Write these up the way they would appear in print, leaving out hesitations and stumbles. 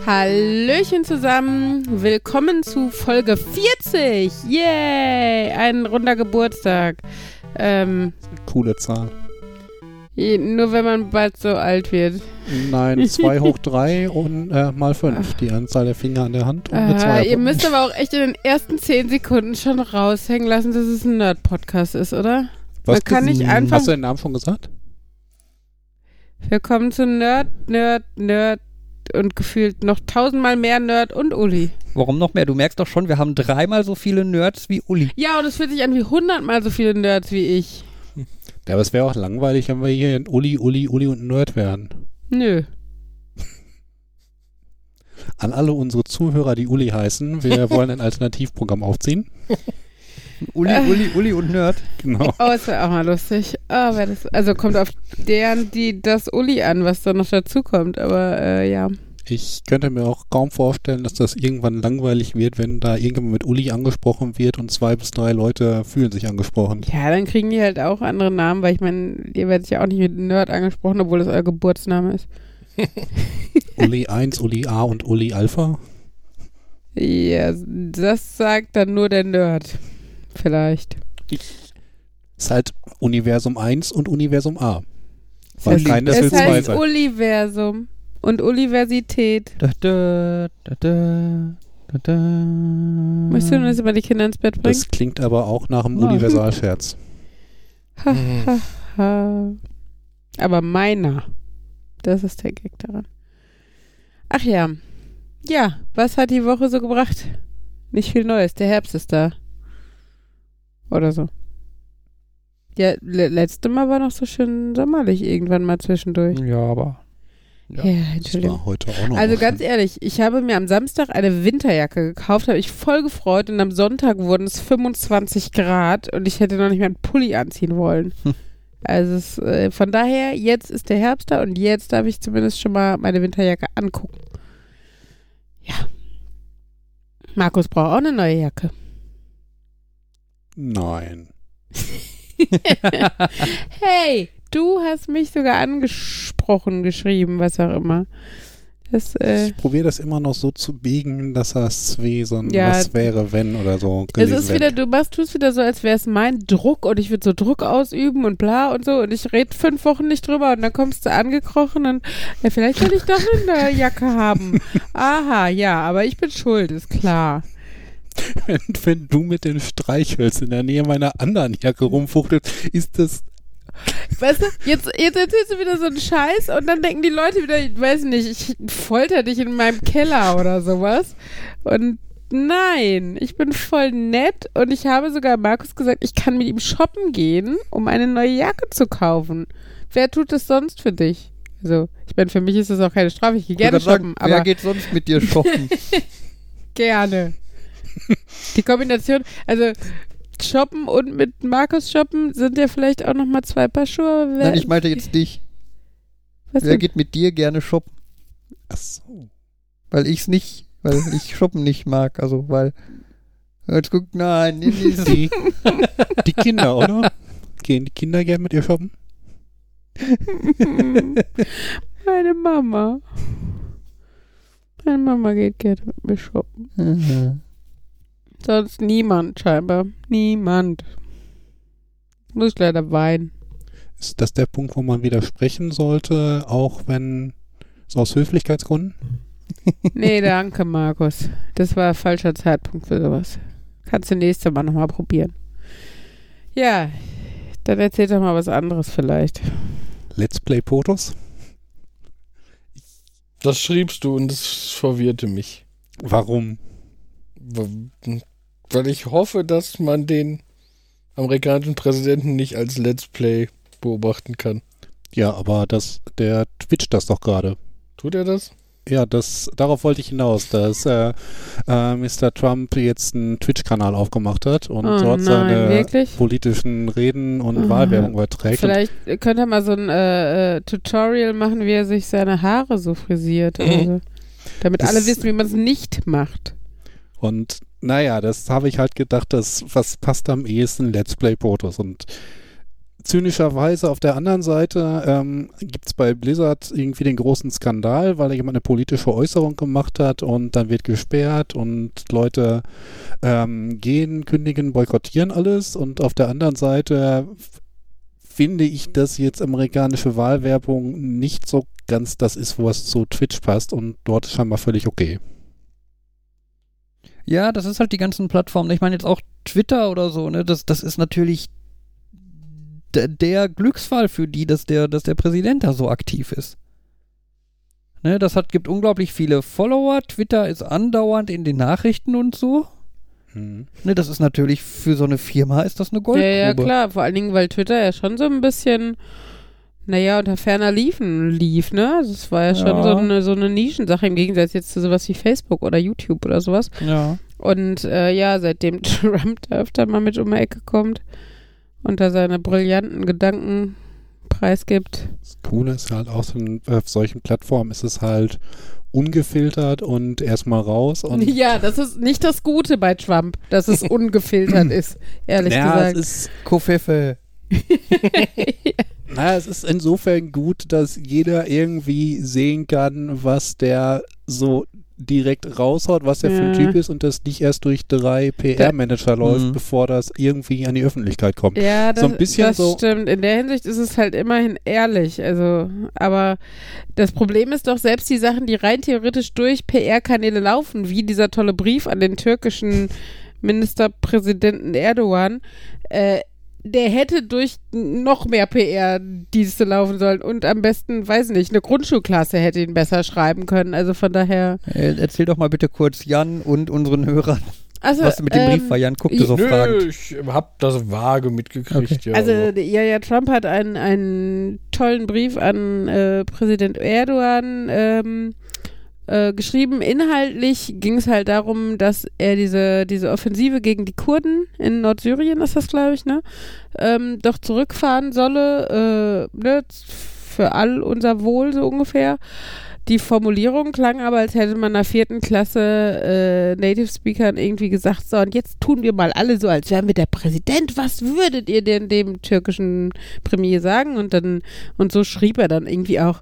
Hallöchen zusammen, willkommen zu Folge 40, yay, ein runder Geburtstag. Coole Zahl. Nur wenn man bald so alt wird. Nein, 2 hoch 3 und mal 5, die Anzahl der Finger an der Hand und eine 2. Ihr müsst aber auch echt in den ersten 10 Sekunden schon raushängen lassen, dass es ein Nerd-Podcast ist, oder? Was man kann nicht einfach... Hast du den Namen schon gesagt? Willkommen zu Nerd und gefühlt noch 1000-mal mehr Nerd und Uli. Warum noch mehr? Du merkst doch schon, wir haben 3-mal so viele Nerds wie Uli. Ja, und es fühlt sich an wie 100-mal so viele Nerds wie ich. Ja, aber es wäre auch langweilig, wenn wir hier in Uli und Nerd wären. Nö. An alle unsere Zuhörer, die Uli heißen, wir wollen ein Alternativprogramm aufziehen. Uli und Nerd. Genau. Oh, das wäre auch mal lustig. Also kommt auf das Uli an, was da noch dazu kommt, aber ja. Ich könnte mir auch kaum vorstellen, dass das irgendwann langweilig wird, wenn da irgendjemand mit Uli angesprochen wird und 2 bis 3 Leute fühlen sich angesprochen. Ja, dann kriegen die halt auch andere Namen, weil ich meine, ihr werdet ja auch nicht mit Nerd angesprochen, obwohl das euer Geburtsname ist. Uli 1, Uli A und Uli Alpha? Ja, das sagt dann nur der Nerd. Vielleicht. Ist halt Universum 1 und Universum A. Weil Es keines will 2 heißt sein. Universum und Universität. Möchtest du nun jetzt mal die Kinder ins Bett bringen? Das klingt aber auch nach einem Universalscherz. Aber meiner. Das ist der Gag daran. Ach ja. Ja, was hat die Woche so gebracht? Nicht viel Neues. Der Herbst ist da. Oder so. Ja, letzte Mal war noch so schön sommerlich irgendwann mal zwischendurch. Ja, aber... Ja, Das Entschuldigung. war heute auch noch. Also ganz ehrlich, ich habe mir am Samstag eine Winterjacke gekauft, habe ich voll gefreut und am Sonntag wurden es 25 Grad und ich hätte noch nicht mal einen Pulli anziehen wollen. Also von daher, jetzt ist der Herbst da und jetzt darf ich zumindest schon mal meine Winterjacke angucken. Ja. Markus braucht auch eine neue Jacke. Nein. Hey, du hast mich sogar angesprochen, geschrieben, was auch immer. Ich probiere das immer noch so zu biegen, dass das wie so ein Ja, was wäre, wenn oder so es gelesen ist wieder, wird. tust wieder so, als wäre es mein Druck und ich würde so Druck ausüben und bla und so und ich rede 5 Wochen nicht drüber und dann kommst du angekrochen und ja, vielleicht will ich doch eine Jacke haben. Aha, ja, aber ich bin schuld, ist klar. Wenn du mit den Streichhölzern in der Nähe meiner anderen Jacke rumfuchtelst, ist das... Weißt du, jetzt erzählst du wieder so einen Scheiß und dann denken die Leute wieder, ich weiß nicht, ich folter dich in meinem Keller oder sowas. Und nein, ich bin voll nett und ich habe sogar Markus gesagt, ich kann mit ihm shoppen gehen, um eine neue Jacke zu kaufen. Wer tut das sonst für dich? Also, ich meine, für mich ist das auch keine Strafe, ich gehe gerne shoppen. Aber wer geht sonst mit dir shoppen? Gerne. Die Kombination, also shoppen und mit Markus shoppen sind ja vielleicht auch nochmal 2 Paar Schuhe. Nein, ich meinte jetzt dich. Was Wer denn? geht mit dir gerne shoppen? Achso. Weil ich shoppen nicht mag. Also, weil... Jetzt guck, nein, Die Kinder, oder? Gehen die Kinder gerne mit ihr shoppen? Meine Mama. Meine Mama geht gerne mit mir shoppen. Mhm. Sonst niemand scheinbar. Niemand. Muss ich leider weinen. Ist das der Punkt, wo man widersprechen sollte, auch wenn so aus Höflichkeitsgründen? Nee, danke, Markus. Das war ein falscher Zeitpunkt für sowas. Kannst du nächstes Mal nochmal probieren. Ja, dann erzähl doch mal was anderes vielleicht. Let's Play Potos? Das schriebst du und das verwirrte mich. Warum? Weil ich hoffe, dass man den amerikanischen Präsidenten nicht als Let's Play beobachten kann. Ja, aber der twitcht das doch gerade. Tut er das? Ja, darauf wollte ich hinaus, dass Mr. Trump jetzt einen Twitch-Kanal aufgemacht hat und dort seine wirklich? politischen Reden und Wahlwerbung überträgt. Vielleicht könnte er mal so ein Tutorial machen, wie er sich seine Haare so frisiert. Also, damit alle wissen, wie man es nicht macht. Und naja, das habe ich halt gedacht, was passt am ehesten Let's Play Potos. Und zynischerweise auf der anderen Seite gibt es bei Blizzard irgendwie den großen Skandal, weil da jemand eine politische Äußerung gemacht hat und dann wird gesperrt und Leute gehen, kündigen, boykottieren alles und auf der anderen Seite finde ich, dass jetzt amerikanische Wahlwerbung nicht so ganz das ist, was zu Twitch passt und dort ist scheinbar völlig okay. Ja, das ist halt die ganzen Plattformen. Ich meine jetzt auch Twitter oder so, ne? Das ist natürlich der Glücksfall für die, dass der Präsident da so aktiv ist. Ne, gibt unglaublich viele Follower. Twitter ist andauernd in den Nachrichten und so. Ne, das ist natürlich für so eine Firma ist das eine Goldgrube. Ja, klar. Vor allen Dingen, weil Twitter ja schon so ein bisschen, unter ferner Liefen lief, ne? Das war ja schon so eine Nischensache im Gegensatz jetzt zu sowas wie Facebook oder YouTube oder sowas. Ja. Und seitdem Trump da öfter mal mit um die Ecke kommt und da seine brillanten Gedanken preisgibt. Das Coole ist halt auch, auf solchen Plattformen ist es halt ungefiltert und erstmal raus. Und ja, das ist nicht das Gute bei Trump, dass es ungefiltert ist, ehrlich gesagt. Es ist Kofefe. Naja, es ist insofern gut, dass jeder irgendwie sehen kann, was der so direkt raushaut, was der für ein Typ ist und das nicht erst durch 3 PR-Manager läuft, bevor das irgendwie an die Öffentlichkeit kommt. Ja, das, so ein bisschen das stimmt. In der Hinsicht ist es halt immerhin ehrlich. Also, aber das Problem ist doch, selbst die Sachen, die rein theoretisch durch PR-Kanäle laufen, wie dieser tolle Brief an den türkischen Ministerpräsidenten Erdogan, der hätte durch noch mehr PR-Dienste laufen sollen und am besten, weiß nicht, eine Grundschulklasse hätte ihn besser schreiben können. Also von daher. Erzähl doch mal bitte kurz Jan und unseren Hörern, was mit dem Brief war. Jan guckte so fragend. Ich hab das vage mitgekriegt. Okay. Ja, also Trump hat einen tollen Brief an Präsident Erdogan geschrieben. Inhaltlich ging es halt darum, dass er diese Offensive gegen die Kurden in Nordsyrien, ist das, glaube ich, ne? Doch zurückfahren solle, für all unser Wohl, so ungefähr. Die Formulierung klang aber, als hätte man einer 4. Klasse Native Speakern irgendwie gesagt, so, und jetzt tun wir mal alle so, als wären wir der Präsident. Was würdet ihr denn dem türkischen Premier sagen? Und so schrieb er dann irgendwie auch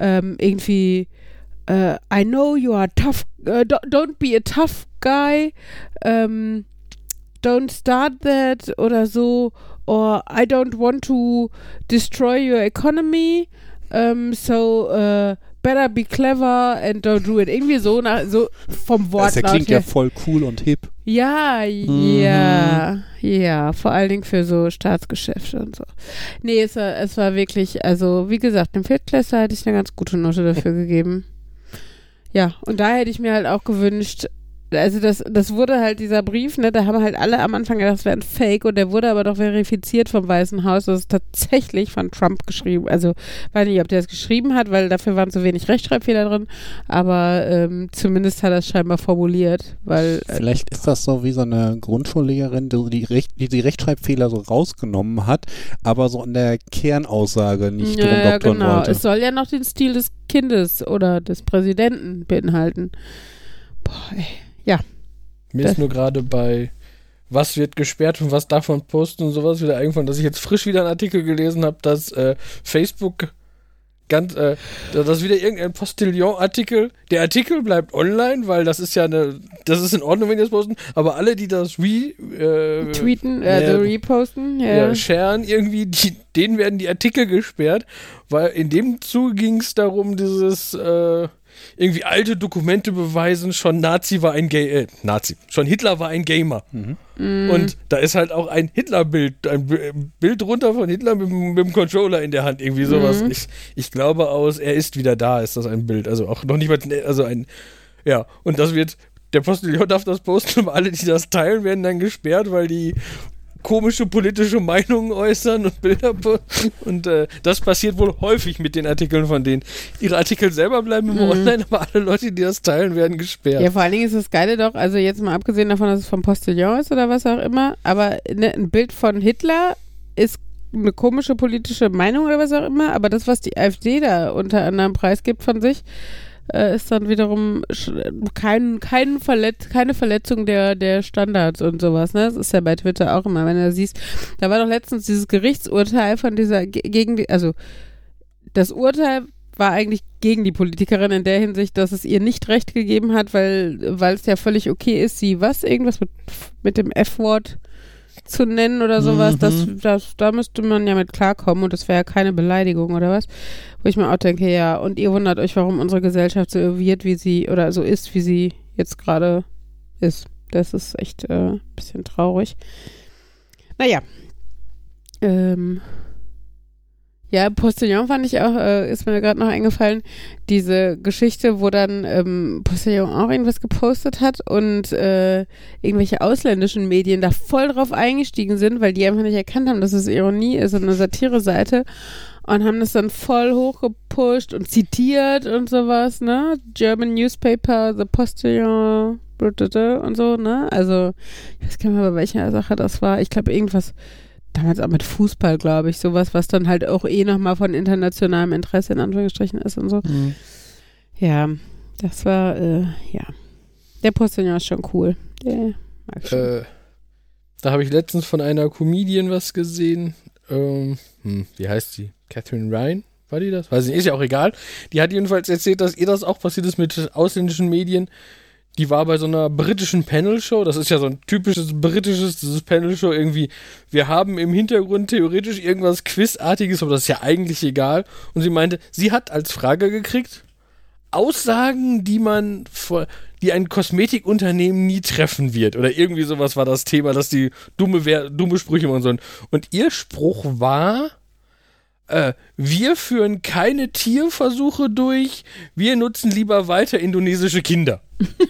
I know you are tough, don't be a tough guy, don't start that oder so, or I don't want to destroy your economy, so better be clever and don't do it. Irgendwie so vom Wortlaut her. Das klingt ja voll cool und hip. Ja, vor allen Dingen für so Staatsgeschäfte und so. Nee, es war wirklich, also wie gesagt, im Viertklässler hätte ich eine ganz gute Note dafür gegeben. Ja, und da hätte ich mir halt auch gewünscht, also das wurde halt dieser Brief, ne, da haben halt alle am Anfang gedacht, das wäre ein Fake und der wurde aber doch verifiziert vom Weißen Haus, das ist tatsächlich von Trump geschrieben, also weiß nicht, ob der es geschrieben hat, weil dafür waren zu wenig Rechtschreibfehler drin, aber zumindest hat er es scheinbar formuliert, weil vielleicht ist das so wie so eine Grundschullehrerin, die Rechtschreibfehler so rausgenommen hat, aber so in der Kernaussage nicht rumdoktern genau. wollte. Es soll ja noch den Stil des Kindes oder des Präsidenten beinhalten. Boah, ey. Ja. Mir ist nur gerade bei was wird gesperrt und was darf man posten und sowas wieder eingefallen, dass ich jetzt frisch wieder einen Artikel gelesen habe, dass Facebook das ist wieder irgendein Postillon-Artikel. Der Artikel bleibt online, weil das ist ja das ist in Ordnung, wenn die das posten, aber alle, die das tweeten, reposten, sharen irgendwie, denen werden die Artikel gesperrt, weil in dem Zuge ging es darum, dieses irgendwie alte Dokumente beweisen, schon Hitler war ein Gamer. Und da ist halt auch ein Hitler-Bild, ein Bild runter von Hitler mit dem Controller in der Hand, irgendwie sowas. Ich glaube er ist wieder da, ist das ein Bild. Also auch noch nicht mal, und das wird, der Postillon darf das posten, aber alle, die das teilen, werden dann gesperrt, weil die komische politische Meinungen äußern und Bilder posten. Und das passiert wohl häufig mit den Artikeln von denen. Ihre Artikel selber bleiben immer online, aber alle Leute, die das teilen, werden gesperrt. Ja, vor allen Dingen ist das Geile doch, also jetzt mal abgesehen davon, dass es vom Postillon ist oder was auch immer, aber ein Bild von Hitler ist eine komische politische Meinung oder was auch immer, aber das, was die AfD da unter anderem preisgibt von sich, ist dann wiederum keine Verletzung der Standards und sowas, ne? Das ist ja bei Twitter auch immer, wenn du siehst, da war doch letztens dieses Gerichtsurteil von dieser, also das Urteil war eigentlich gegen die Politikerin in der Hinsicht, dass es ihr nicht recht gegeben hat, weil es ja völlig okay ist, sie irgendwas mit dem F-Wort zu nennen oder sowas, da müsste man ja mit klarkommen und das wäre ja keine Beleidigung oder was, wo ich mir auch denke, ja, und ihr wundert euch, warum unsere Gesellschaft so wird, wie sie, oder so ist, wie sie jetzt gerade ist. Das ist echt ein bisschen traurig. Naja. Ja, Postillon fand ich auch, ist mir gerade noch eingefallen, diese Geschichte, wo dann Postillon auch irgendwas gepostet hat und irgendwelche ausländischen Medien da voll drauf eingestiegen sind, weil die einfach nicht erkannt haben, dass es Ironie ist und eine Satire-Seite und haben das dann voll hochgepusht und zitiert und sowas, ne? German Newspaper, The Postillon und so, ne? Also, ich weiß gar nicht mehr, bei welcher Sache das war. Ich glaube, irgendwas damals auch mit Fußball, glaube ich, sowas, was dann halt auch nochmal von internationalem Interesse in Anführungsstrichen ist und so. Mhm. Ja, das war, ja. Der Postillon ist schon cool. Der mag schon. Da habe ich letztens von einer Comedian was gesehen. Wie heißt sie? Catherine Ryan? War die das? Weiß ich nicht, ist ja auch egal. Die hat jedenfalls erzählt, dass ihr das auch passiert ist mit ausländischen Medien. Die war bei so einer britischen Panel-Show, das ist ja so ein typisches britisches, dieses Panel-Show irgendwie, wir haben im Hintergrund theoretisch irgendwas Quizartiges, aber das ist ja eigentlich egal. Und sie meinte, sie hat als Frage gekriegt, Aussagen, die ein Kosmetikunternehmen nie treffen wird. Oder irgendwie sowas war das Thema, dass die dumme Sprüche machen sollen. Und ihr Spruch war, wir führen keine Tierversuche durch, wir nutzen lieber weiter indonesische Kinder.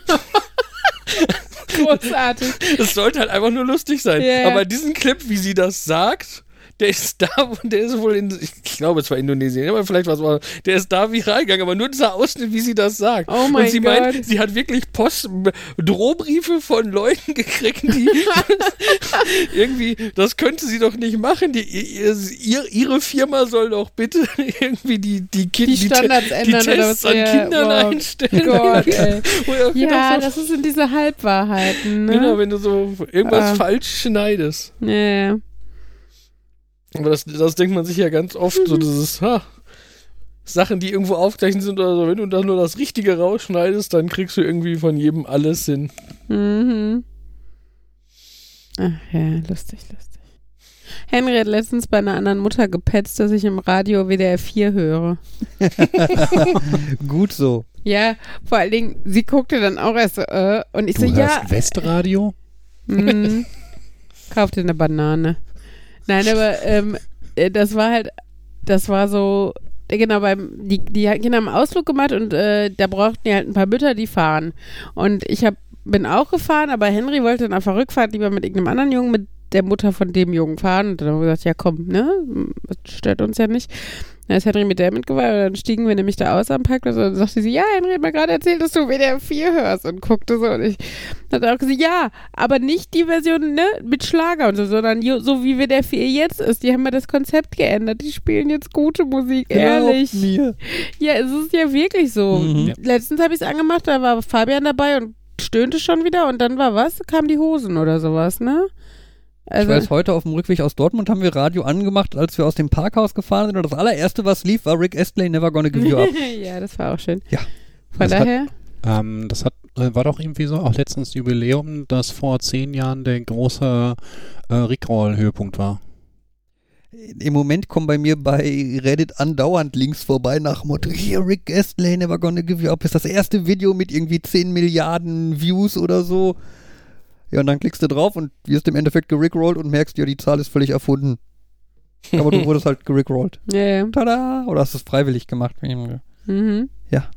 Großartig. Das sollte halt einfach nur lustig sein. Yeah. Aber diesen Clip, wie sie das sagt, der ist wohl ich glaube, es war Indonesien, aber vielleicht war es mal, der ist da viral gegangen, aber nur dieser Ausschnitt, wie sie das sagt. Oh mein Und sie Gott. meint, sie hat wirklich Drohbriefe von Leuten gekriegt, die irgendwie, das könnte sie doch nicht machen, ihre Firma soll doch bitte irgendwie die Standards ändern die oder Tests was an Kindern einstellen. Gott, ey. Ja, so, das sind diese Halbwahrheiten, ne? Genau, wenn du so irgendwas falsch schneidest. Ja. Aber das denkt man sich ja ganz oft, so dieses, Sachen, die irgendwo aufgezeichnet sind oder so, wenn du da nur das Richtige rausschneidest, dann kriegst du irgendwie von jedem alles hin. Mhm. Ach ja, lustig. Henry hat letztens bei einer anderen Mutter gepetzt, dass ich im Radio WDR 4 höre. Gut so. Ja, vor allen Dingen, sie guckte dann auch erst so, und ich Du so, hörst ja. Westradio? Kauf dir eine Banane. Nein, aber das war so, genau, die Kinder haben einen Ausflug gemacht und da brauchten die halt ein paar Mütter, die fahren. Und ich bin auch gefahren, aber Henry wollte dann auf der Rückfahrt lieber mit irgendeinem anderen Jungen, mit der Mutter von dem Jungen fahren. Und dann haben wir gesagt, ja komm, ne, das stört uns ja nicht. Dann ist Henry mit der mitgefahren und dann stiegen wir nämlich da aus am Parkplatz und dann sagte sie, ja, Henry hat mir gerade erzählt, dass du WDR 4 hörst und guckte so und ich hatte auch gesagt, ja, aber nicht die Version, ne, mit Schlager und so, sondern so wie WDR 4 jetzt ist, die haben ja das Konzept geändert, die spielen jetzt gute Musik, ehrlich. Mir. Ja, es ist ja wirklich so. Mhm. Letztens habe ich es angemacht, da war Fabian dabei und stöhnte schon wieder und dann war was? Kamen die Hosen oder sowas, ne? Also, ich weiß, heute auf dem Rückweg aus Dortmund haben wir Radio angemacht, als wir aus dem Parkhaus gefahren sind und das allererste, was lief, war Rick Astley, Never Gonna Give You Up. Ja, das war auch schön. Ja. Von daher? War doch irgendwie so, auch letztens Jubiläum, dass vor 10 Jahren der große Rickroll-Höhepunkt war. Im Moment kommen bei mir bei Reddit andauernd Links vorbei nach dem Motto, hier Rick Astley, Never Gonna Give You Up, ist das erste Video mit irgendwie 10 Milliarden Views oder so. Ja, und dann klickst du drauf und wirst im Endeffekt gerickrollt und merkst, ja, die Zahl ist völlig erfunden. Aber du wurdest halt gerickrollt. Ja. Tada! Oder hast du es freiwillig gemacht? Mhm. Ja.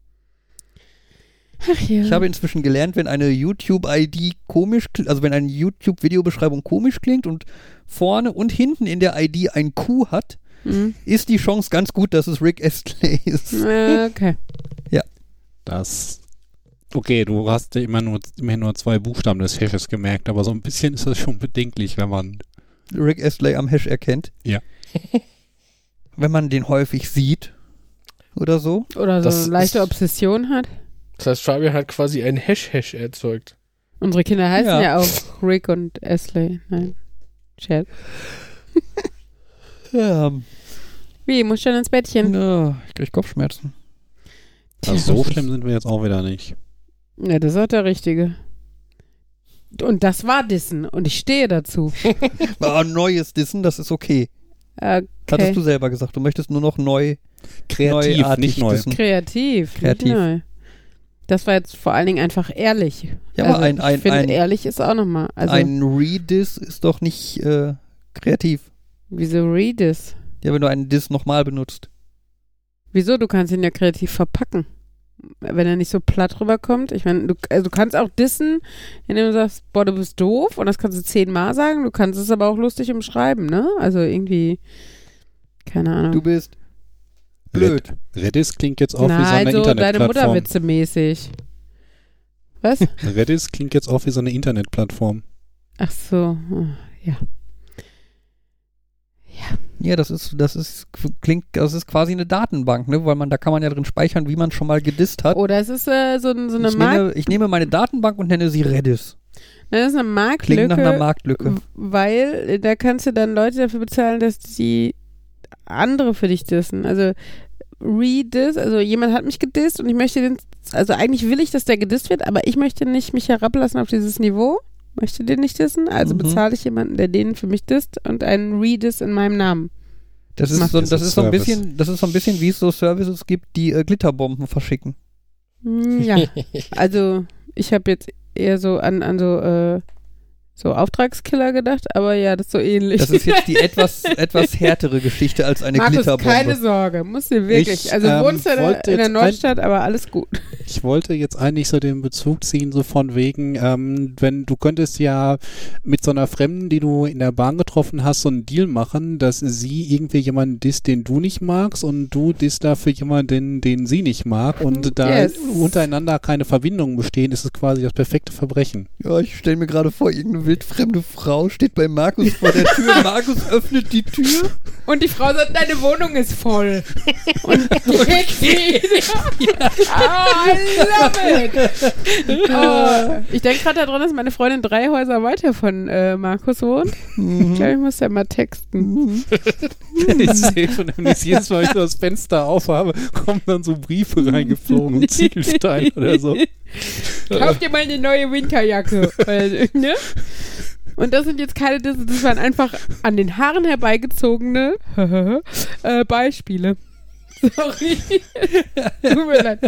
Ach ja. Ich habe inzwischen gelernt, wenn eine YouTube-ID komisch klingt, also wenn eine YouTube-Videobeschreibung komisch klingt und vorne und hinten in der ID ein Q hat, ist die Chance ganz gut, dass es Rick Astley ist. Okay. Ja. Okay, du hast ja immerhin nur 2 Buchstaben des Hashes gemerkt, aber so ein bisschen ist das schon bedenklich, wenn man Rick Astley am Hash erkennt. Ja. Wenn man den häufig sieht. oder so. Oder so Das eine leichte ist- Obsession hat. Das heißt, Fabian hat quasi ein Hash erzeugt. Unsere Kinder heißen Ja. ja auch Rick und Ashley. Nein. Chat. Ja, Wie, muss schon ins Bettchen? ich krieg Kopfschmerzen. Also so schlimm sind wir jetzt auch wieder nicht. Ja, das ist auch der Richtige. Und das war Dissen. Und ich stehe dazu. Neues Dissen, das ist okay. Okay. Hattest du selber gesagt, du möchtest nur noch neu. Kreativ, Neuartig nicht neu. dissen. Kreativ. Kreativ. Nicht neu. Das war jetzt vor allen Dingen einfach ehrlich. Ja, aber ich finde, ein ehrlich ist auch nochmal. Also, Rediss ist doch nicht kreativ. wieso read es? Ja, wenn du einen Diss nochmal benutzt. Wieso? Du kannst ihn ja kreativ verpacken. Wenn er nicht so platt rüberkommt. Ich meine, du kannst auch dissen, indem du sagst, boah, du bist doof. Und das kannst du 10-mal sagen. Du kannst es aber auch lustig umschreiben, ne? Also irgendwie, keine Ahnung. Du bist blöd. Redis klingt jetzt auch wie so Na, eine also deine Internetplattform. Mutterwitze mäßig. Was? Redis klingt jetzt auch wie so eine Internetplattform. Ach so, oh, ja. Ja, das ist quasi eine Datenbank, ne? Weil da kann man ja drin speichern, wie man schon mal gedisst hat. Oder es ist so eine Ich nehme meine Datenbank und nenne sie Redis. Das ist eine Klingt nach einer Marktlücke, Marktlücke. weil da kannst du dann Leute dafür bezahlen, dass die andere für dich dissen. Also rediss, also jemand hat mich gedisst und ich möchte den, also eigentlich will ich, dass der gedisst wird, aber ich möchte nicht mich herablassen auf dieses Niveau, möchte den nicht dissen, also bezahle ich jemanden, der den für mich disst und einen Rediss in meinem Namen. Das ist so ein bisschen, wie es so Services gibt, die Glitterbomben verschicken. Ja, also ich habe jetzt eher so an so Auftragskiller gedacht, aber ja, das ist so ähnlich. Das ist jetzt die etwas härtere Geschichte als eine Markus, Glitterbombe. keine Sorge, musst du wirklich. Also du wohnst ja wollte in der jetzt Neustadt, aber alles gut. Ich wollte jetzt eigentlich so den Bezug ziehen, so von wegen, wenn du könntest ja mit so einer Fremden, die du in der Bahn getroffen hast, so einen Deal machen, dass sie irgendwie jemanden disst, den du nicht magst und du disst dafür jemanden, den sie nicht mag und da untereinander keine Verbindungen bestehen, ist es quasi das perfekte Verbrechen. Ja, ich stelle mir gerade vor, irgendeine wildfremde Frau steht bei Markus vor der Tür, Markus öffnet die Tür. Und die Frau sagt, deine Wohnung ist voll. Und geht wieder. I love it. Oh, ich denke gerade daran, dass meine Freundin 3 Häuser weiter von Markus wohnt. Ich glaube, ich muss ja mal texten. Ich sehe schon, wenn ich jedes Mal, wenn ich das Fenster aufhabe, kommen dann so Briefe reingeflogen und Ziegelsteine oder so. Kauf dir mal eine neue Winterjacke. Weil, ne? Und das sind jetzt keine Disse, das waren einfach an den Haaren herbeigezogene Beispiele. Sorry. Tut mir leid.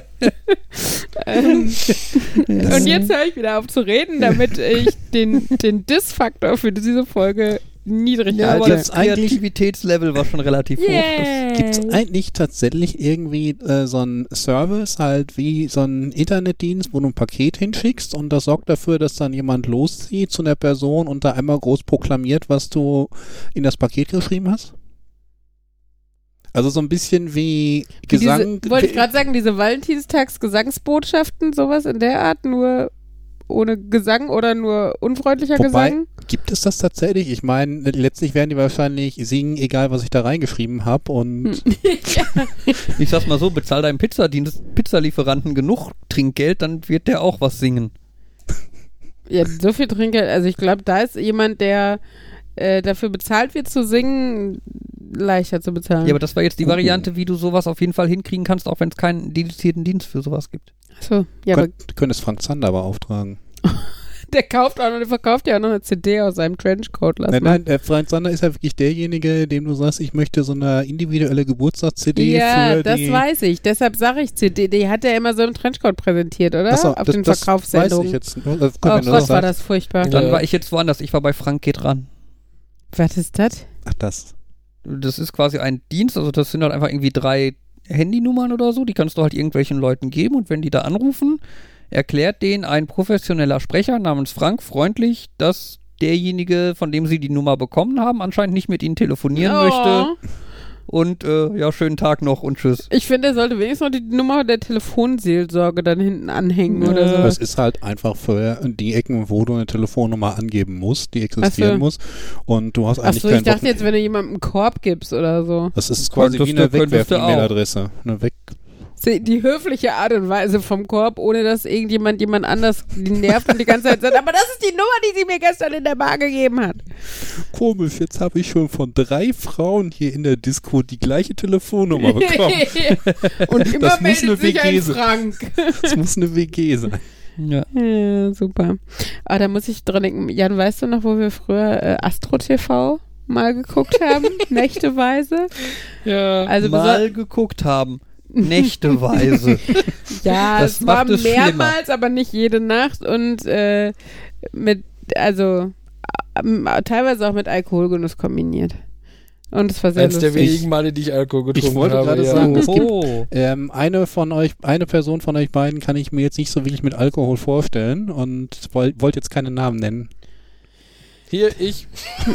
Und jetzt höre ich wieder auf zu reden, damit ich den Diss-Faktor für diese Folge niedrig Ja, halte. aber das Kreativitätslevel war schon relativ hoch. Gibt es eigentlich tatsächlich irgendwie so einen Service, halt wie so einen Internetdienst, wo du ein Paket hinschickst und das sorgt dafür, dass dann jemand loszieht zu einer Person und da einmal groß proklamiert, was du in das Paket geschrieben hast? Also so ein bisschen wie Gesang. Wollte ich gerade sagen, diese Valentinstags-Gesangsbotschaften, sowas in der Art, nur ohne Gesang oder nur unfreundlicher Wobei, Gesang? gibt es das tatsächlich? Ich meine, letztlich werden die wahrscheinlich singen, egal was ich da reingeschrieben habe und Ich sag's mal so, bezahl deinem Pizzalieferanten genug Trinkgeld, dann wird der auch was singen. Ja, so viel Trinkgeld. Also ich glaube, da ist jemand, der dafür bezahlt wird zu singen, leichter zu bezahlen. Ja, aber das war jetzt die Variante, wie du sowas auf jeden Fall hinkriegen kannst, auch wenn es keinen dedizierten Dienst für sowas gibt. Achso, ja, aber du könntest Frank Zander beauftragen. der verkauft ja auch noch eine CD aus seinem Trenchcoat. Nein, Frank Zander ist ja wirklich derjenige, dem du sagst, ich möchte so eine individuelle Geburtstags-CD ja, für das die... weiß ich. Deshalb sage ich CD. Die hat er immer so im Trenchcoat präsentiert, oder? Achso, Auf den Verkaufssendungen. Das weiß ich jetzt. Oh Gott, war das furchtbar. Dann war ich jetzt woanders, ich war bei Frank geht ran. Was ist das? Ach, das. Das ist quasi ein Dienst, also das sind halt einfach irgendwie 3 Handynummern oder so, die kannst du halt irgendwelchen Leuten geben und wenn die da anrufen, erklärt denen ein professioneller Sprecher namens Frank freundlich, dass derjenige, von dem sie die Nummer bekommen haben, anscheinend nicht mit ihnen telefonieren möchte. Und ja, schönen Tag noch und tschüss. Ich finde, er sollte wenigstens noch die Nummer der Telefonseelsorge dann hinten anhängen oder so. Das ist halt einfach für die Ecken, wo du eine Telefonnummer angeben musst, die existieren muss. Und du hast eigentlich Achso, ich dachte jetzt, wenn du jemandem einen Korb gibst oder so. Das ist quasi wie eine Wegwerf-E-Mail-Adresse. Eine Die höfliche Art und Weise vom Korb, ohne dass jemand anders die nervt und die ganze Zeit sagt, aber das ist die Nummer, die sie mir gestern in der Bar gegeben hat. Komisch, jetzt habe ich schon von 3 Frauen hier in der Disco die gleiche Telefonnummer bekommen. Und immer Das muss meldet eine sich ein WG sein. Frank. Das muss eine WG sein. Ja. Ja, super. Aber da muss ich dran denken, Jan, weißt du noch, wo wir früher Astro TV mal geguckt haben? Nächteweise? Ja. Also Mal geguckt haben. Nächteweise. ja, Das es war macht es mehrmals, aber nicht jede Nacht und teilweise auch mit Alkoholgenuss kombiniert. Und es war sehr Eines der lustig. wenigen Male, die ich Alkohol getrunken Ich wollte habe. gerade ja. sagen, es gibt Oh. eine Person von euch beiden kann ich mir jetzt nicht so wirklich mit Alkohol vorstellen und wollte jetzt keine Namen nennen. Hier, ich.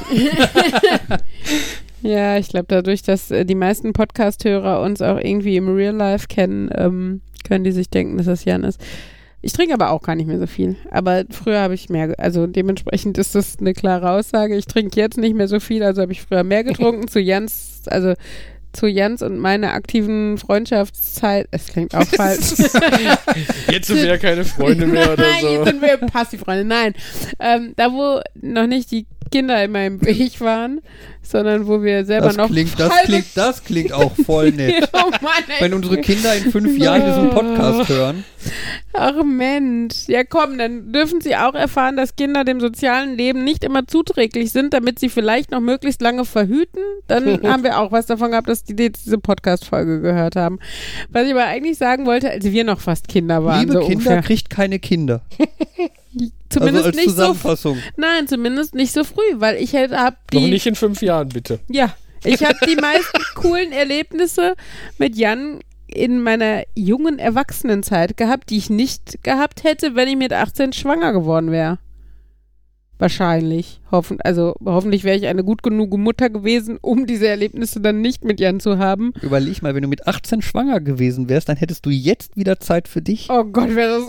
Ja, ich glaube, dadurch, dass die meisten Podcast-Hörer uns auch irgendwie im Real Life kennen, können die sich denken, dass das Jan ist. Ich trinke aber auch gar nicht mehr so viel. Aber früher habe ich mehr, also dementsprechend ist das eine klare Aussage. Ich trinke jetzt nicht mehr so viel, also habe ich früher mehr getrunken. Zu Jans und meiner aktiven Freundschaftszeit, es klingt auch falsch. Jetzt sind wir ja keine Freunde mehr oder Nein, so. jetzt sind wir Passivfreunde. Nein, da wo noch nicht die Kinder in meinem Weg waren, sondern wo wir selber noch Das klingt auch voll nett. Oh Mann, ey. Wenn unsere Kinder in 5 Jahren diesen Podcast hören. Ach Mensch, ja komm, dann dürfen sie auch erfahren, dass Kinder dem sozialen Leben nicht immer zuträglich sind, damit sie vielleicht noch möglichst lange verhüten. Dann haben wir auch was davon gehabt, dass die diese Podcast-Folge gehört haben. Was ich aber eigentlich sagen wollte, als wir noch fast Kinder waren. Liebe so Kinder, ungefähr. kriegt keine Kinder. Zumindest also als nicht so. Zusammenfassung. Nein, zumindest nicht so früh, weil ich habe Noch die. nicht in 5 Jahren, bitte. Ja, ich habe die meisten coolen Erlebnisse mit Jan in meiner jungen Erwachsenenzeit gehabt, die ich nicht gehabt hätte, wenn ich mit 18 schwanger geworden wäre. Wahrscheinlich. Hoffentlich wäre ich eine gut genug Mutter gewesen, um diese Erlebnisse dann nicht mit Jan zu haben. Überleg mal, wenn du mit 18 schwanger gewesen wärst, dann hättest du jetzt wieder Zeit für dich. Oh Gott,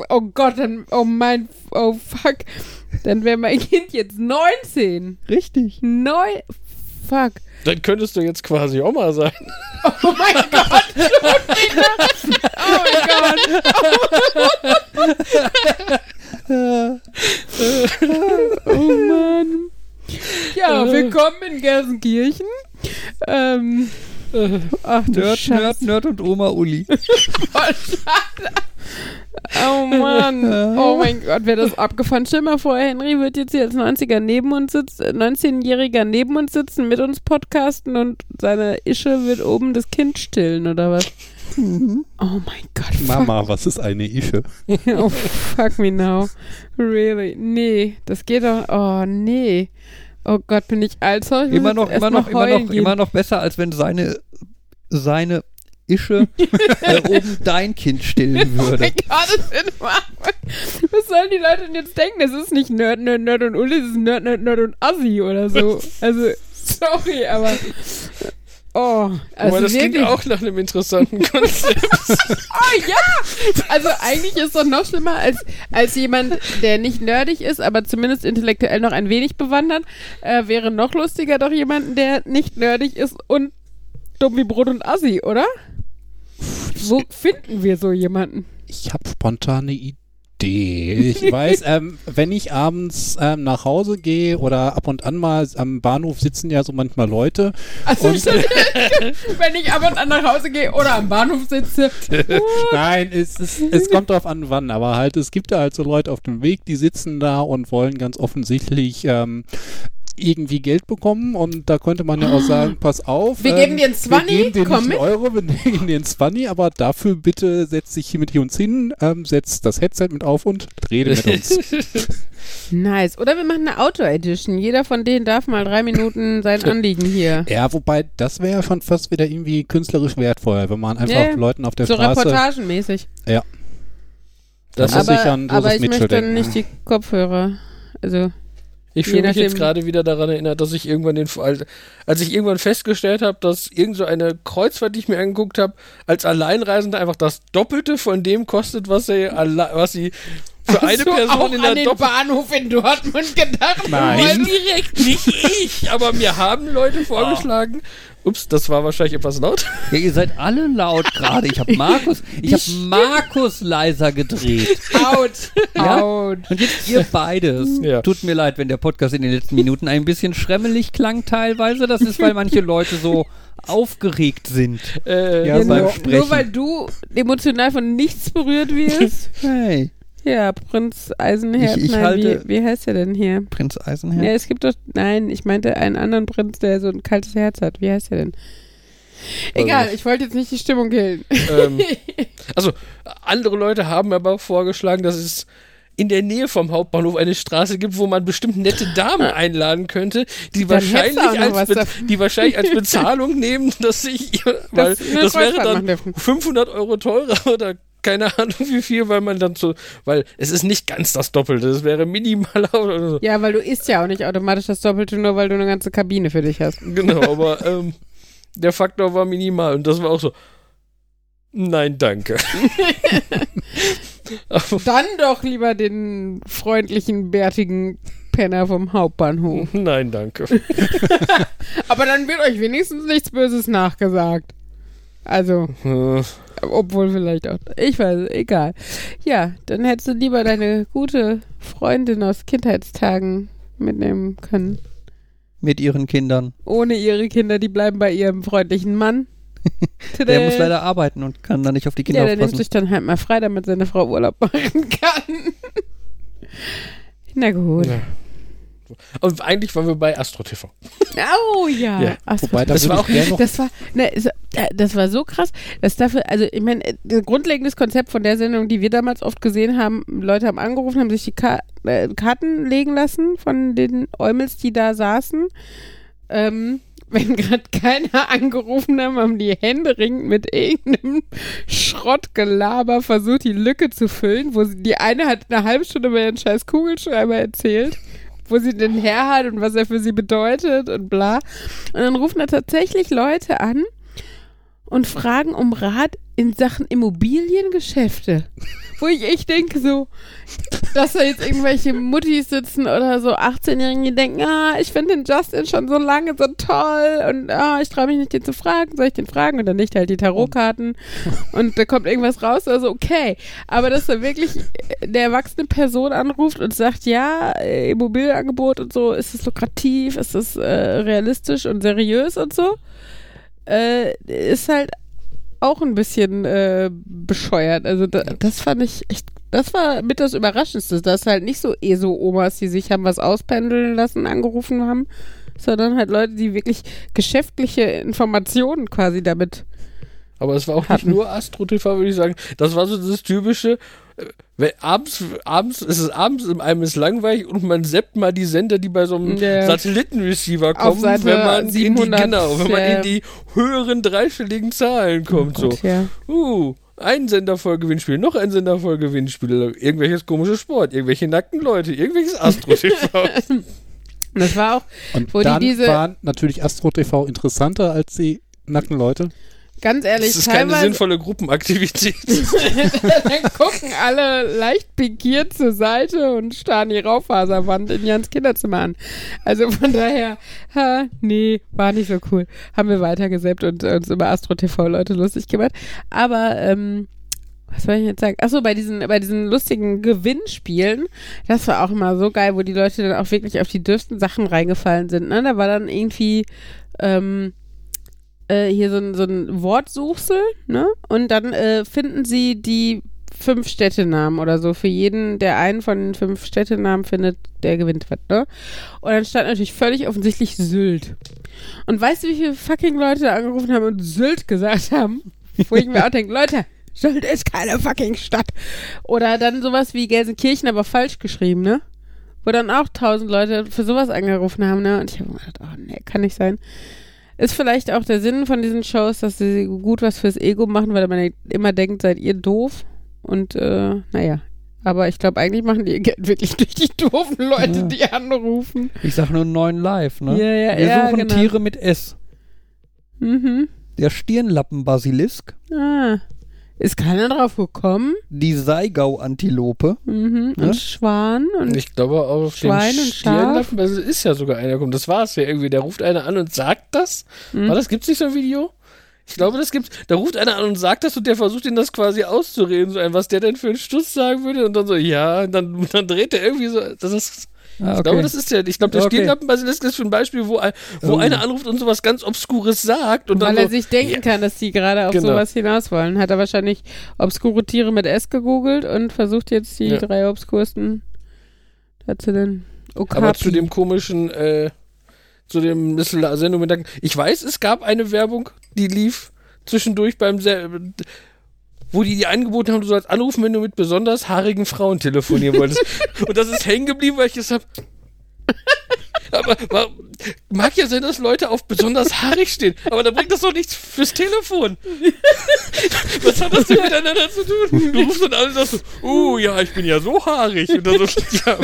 oh fuck. Dann wäre mein Kind jetzt 19. Richtig. Fuck. Dann könntest du jetzt quasi Oma sein. Oh mein Gott. Oh mein Gott. Oh Mann. Ja, willkommen in Gelsenkirchen. Ach du Scheiße. Nerd und Oma Uli. Oh Mann. Oh mein Gott, wäre das abgefahren. Stell mal vor, Henry wird jetzt hier als 19-Jähriger neben uns sitzen, mit uns podcasten und seine Ische wird oben das Kind stillen, oder was? Oh mein Gott. Mama, was ist eine Ische? Oh, fuck me now. Really? Nee, das geht doch. Oh, nee. Oh Gott, bin ich alt. Sorry, ich muss jetzt Immer noch besser, als wenn seine Ische oben dein Kind stillen Oh würde. mein Gott, was sollen die Leute denn jetzt denken? Das ist nicht Nerd und Uli, das ist Nerd und Assi oder so. Also, sorry, aber oh, also Aber das wirklich. klingt auch nach einem interessanten Konzept. Oh ja! Also eigentlich ist es doch noch schlimmer als jemand, der nicht nerdig ist, aber zumindest intellektuell noch ein wenig bewandert. Wäre noch lustiger doch jemanden, der nicht nerdig ist und dumm wie Brot und Assi, oder? Wo finden wir so jemanden? Ich habe spontane Idee. Ich weiß, wenn ich abends nach Hause gehe oder ab und an mal am Bahnhof sitzen ja so manchmal Leute. Also Und- wenn ich ab und an nach Hause gehe oder am Bahnhof sitze. Nein, es kommt drauf an, wann, aber halt, es gibt da halt so Leute auf dem Weg, die sitzen da und wollen ganz offensichtlich irgendwie Geld bekommen und da könnte man ja auch sagen, pass auf. Wir geben dir einen 20, wir geben dir komm nicht mit. einen Euro, wir geben dir einen 20, aber dafür bitte setz dich hier mit uns hin, setz das Headset mit auf und rede mit uns. Nice. Oder wir machen eine Outdoor-Edition. Jeder von denen darf mal 3 Minuten sein Anliegen hier. Ja, wobei, das wäre ja schon fast wieder irgendwie künstlerisch wertvoll, wenn man einfach Ja, Leuten auf der So Straße... reportagenmäßig. Ja. Das Da muss ich Aber, an aber Doris ich Mitchell möchte dann denken. nicht die Kopfhörer. Also, Ich Je fühle mich jetzt nachdem. gerade wieder daran erinnert, dass ich irgendwann als ich irgendwann festgestellt habe, dass irgend so eine Kreuzfahrt, die ich mir angeguckt habe, als Alleinreisender einfach das Doppelte von dem kostet, was sie für eine Person auch in an der den Bahnhof in Dortmund gedacht? Nein. direkt nicht ich, aber mir haben Leute vorgeschlagen. Ups, das war wahrscheinlich etwas laut. Ja, ihr seid alle laut gerade. Ich habe Markus leiser gedreht. Out. Ja? Out. Und jetzt ihr beides. Ja. Tut mir leid, wenn der Podcast in den letzten Minuten ein bisschen schremmelig klang teilweise. Das ist, weil manche Leute so aufgeregt sind. Ja, beim nur, Sprechen. nur weil du emotional von nichts berührt wirst. Hey, Ja, Prinz Eisenherz. Ich Nein, halte- wie heißt der denn hier? Prinz Eisenherz. Ja, es gibt doch, nein, ich meinte einen anderen Prinz, der so ein kaltes Herz hat. Wie heißt der denn? Egal, ich wollte jetzt nicht die Stimmung killen. Also, andere Leute haben aber vorgeschlagen, dass es in der Nähe vom Hauptbahnhof eine Straße gibt, wo man bestimmt nette Damen einladen könnte, die Dann hättest du auch noch was die wahrscheinlich als Bezahlung nehmen, dass ich, weil eine das wäre Kreuzfahrt dann machen dürfen. 500 Euro teurer oder keine Ahnung wie viel, weil man dann so, weil es ist nicht ganz das Doppelte, es wäre minimaler oder so. Ja, weil du isst ja auch nicht automatisch das Doppelte, nur weil du eine ganze Kabine für dich hast. Genau, aber der Faktor war minimal und das war auch so, nein, danke. Dann doch lieber den freundlichen, bärtigen Penner vom Hauptbahnhof. Nein, danke. Aber dann wird euch wenigstens nichts Böses nachgesagt. Also, obwohl vielleicht auch. Ich weiß, egal. Ja, dann hättest du lieber deine gute Freundin aus Kindheitstagen mitnehmen können. Mit ihren Kindern. Ohne ihre Kinder, die bleiben bei ihrem freundlichen Mann. Der muss leider arbeiten und kann da nicht auf die Kinder Ja, der nimmt aufpassen. sich dann halt mal frei, damit seine Frau Urlaub machen kann. Na gut. Ja. Und eigentlich waren wir bei Astro TV. Oh ja. Ja. Ach so. Wobei, da Das würde war ich gerne noch Das war so krass, dass dafür, also ich meine, das grundlegendes Konzept von der Sendung, die wir damals oft gesehen haben, Leute haben angerufen, haben sich die Karten legen lassen von den Eumels, die da saßen. Wenn gerade keiner angerufen haben die händeringend mit irgendeinem Schrottgelaber versucht, die Lücke zu füllen, wo die eine hat eine halbe Stunde über den scheiß Kugelschreiber erzählt, wo sie den her hat und was er für sie bedeutet und bla. Und dann rufen da tatsächlich Leute an und fragen um Rat in Sachen Immobiliengeschäfte. Wo ich echt denke so, dass da jetzt irgendwelche Muttis sitzen oder so 18-Jährigen, die denken, ich finde den Justin schon so lange so toll und ich traue mich nicht, den zu fragen. Soll ich den fragen? Und dann nicht halt die Tarotkarten und da kommt irgendwas raus. Also okay. Aber dass da wirklich eine erwachsene Person anruft und sagt, ja, Immobilienangebot und so, ist es lukrativ, ist es realistisch und seriös und so, ist halt auch ein bisschen bescheuert. Also das fand ich echt, das war mit das Überraschendste, dass halt nicht so ESO-Omas, die sich haben was auspendeln lassen, angerufen haben, sondern halt Leute, die wirklich geschäftliche Informationen quasi damit Aber es war auch nicht nur Astro TV, würde ich sagen. Das war so das typische, abends ist einem ist langweilig und man zappt mal die Sender, die bei so einem Satellitenreceiver kommen, Seite wenn man 700, wenn man in die höheren dreistelligen Zahlen kommt. Gott, so. ja. Ein Sender voll Gewinnspiel, noch ein Sender voll Gewinnspiel, irgendwelches komisches Sport, irgendwelche nackten Leute, irgendwelches Astro TV. Das war auch, Und wo dann die diese, waren natürlich Astro TV interessanter als die nackten Leute. ganz ehrlich, Das ist keine sinnvolle Gruppenaktivität. Dann gucken alle leicht pikiert zur Seite und starren die Raufaserwand in Jans Kinderzimmer an. Also von daher, nee, war nicht so cool. Haben wir weitergesappt und uns über Astro TV Leute lustig gemacht. Aber, was soll ich jetzt sagen? Achso, bei diesen lustigen Gewinnspielen, das war auch immer so geil, wo die Leute dann auch wirklich auf die dürfsten Sachen reingefallen sind. Ne? Da war dann irgendwie, hier so ein Wortsuchsel, ne? Und dann finden sie die 5 Städtenamen oder so. Für jeden, der einen von den 5 Städtenamen findet, der gewinnt was, ne? Und dann stand natürlich völlig offensichtlich Sylt. Und weißt du, wie viele fucking Leute da angerufen haben und Sylt gesagt haben? Wo ich mir auch denke, Leute, Sylt ist keine fucking Stadt. Oder dann sowas wie Gelsenkirchen, aber falsch geschrieben, ne? Wo dann auch 1000 Leute für sowas angerufen haben, ne? Und ich habe mir gedacht, oh nee, kann nicht sein. Ist vielleicht auch der Sinn von diesen Shows, dass sie gut was fürs Ego machen, weil man immer denkt, seid ihr doof. Und naja, aber ich glaube, eigentlich machen die ihr Geld wirklich durch die doofen Leute, die anrufen. Ich sag nur 9 Live, ne? Ja, Wir suchen genau. Tiere mit S. Mhm. Der Stirnlappenbasilisk. Ist keiner drauf gekommen? Die Seigau-Antilope. Mhm. Ja? Und Schwan und Ich glaube, auf Schwein den und Stirnlappen, also ist ja sogar einer gekommen. Das war es ja irgendwie. Da ruft einer an und sagt das. War das, gibt's nicht so ein Video? Ich glaube, das gibt's. Da ruft einer an und sagt das und der versucht, ihn das quasi auszureden, so ein, was der denn für einen Stuss sagen würde und dann so, ja, und dann dreht er irgendwie so, das ist. Ah, Ich glaube, das ist der Stirnlappenbasilisk ist schon ein Beispiel, wo einer anruft und sowas ganz Obskures sagt. Und weil dann er sich denken kann, dass die gerade auf sowas hinaus wollen. Hat er wahrscheinlich obskure Tiere mit S gegoogelt und versucht jetzt die 3 obskursten dazu den Okapi. Aber zu dem komischen, zu dem Sendung mit der, ich weiß, es gab eine Werbung, die lief zwischendurch wo die angeboten haben, du sollst anrufen, wenn du mit besonders haarigen Frauen telefonieren wolltest. Und das ist hängen geblieben, weil ich gesagt habe. Aber mag ja sein, dass Leute auf besonders haarig stehen, aber da bringt das doch nichts fürs Telefon. Was hat das denn miteinander zu tun? Du rufst dann an und sagst so, ja, ich bin ja so haarig. Und dann so, ja.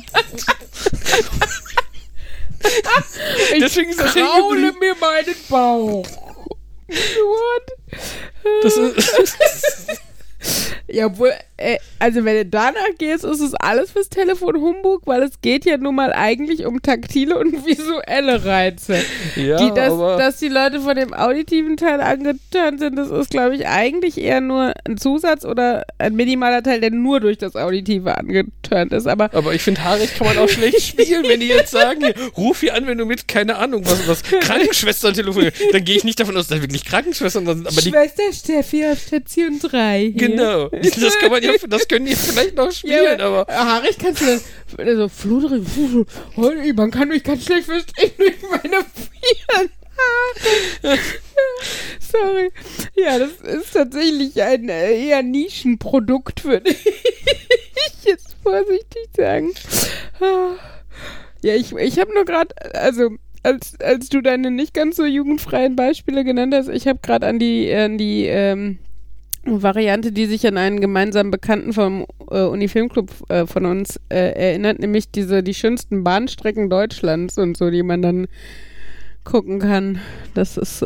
Deswegen ist das hängen geblieben. mir meinen Bauch. What? Das ist Ja, obwohl, also wenn du danach gehst, ist es alles fürs Telefon Humbug, weil es geht ja nun mal eigentlich um taktile und visuelle Reize. ja, Dass die Leute von dem auditiven Teil angetan sind, das ist, glaube ich, eigentlich eher nur ein Zusatz oder ein minimaler Teil, der nur durch das Auditive angeturnt ist. Aber ich finde, haarig kann man auch schlecht spielen, wenn die jetzt sagen, hier, ruf hier an, wenn du mit, keine Ahnung, was Krankenschwestern telefonierst. Dann gehe ich nicht davon aus, dass da wirklich Krankenschwestern sind. Aber Schwester Steffi auf Station 3 hier. Genau. Das können die vielleicht noch spielen, aber. Haarig kannst du dann, also Fludrig, man kann mich ganz schlecht verstehen durch meine vielen Haare. Sorry. Ja, das ist tatsächlich ein eher Nischenprodukt, würde ich jetzt vorsichtig sagen. Ja, ich habe nur gerade, also als du deine nicht ganz so jugendfreien Beispiele genannt hast, ich habe gerade an die Variante, die sich an einen gemeinsamen Bekannten vom Uni-Filmclub von uns erinnert, nämlich die schönsten Bahnstrecken Deutschlands und so, die man dann gucken kann. Das ist,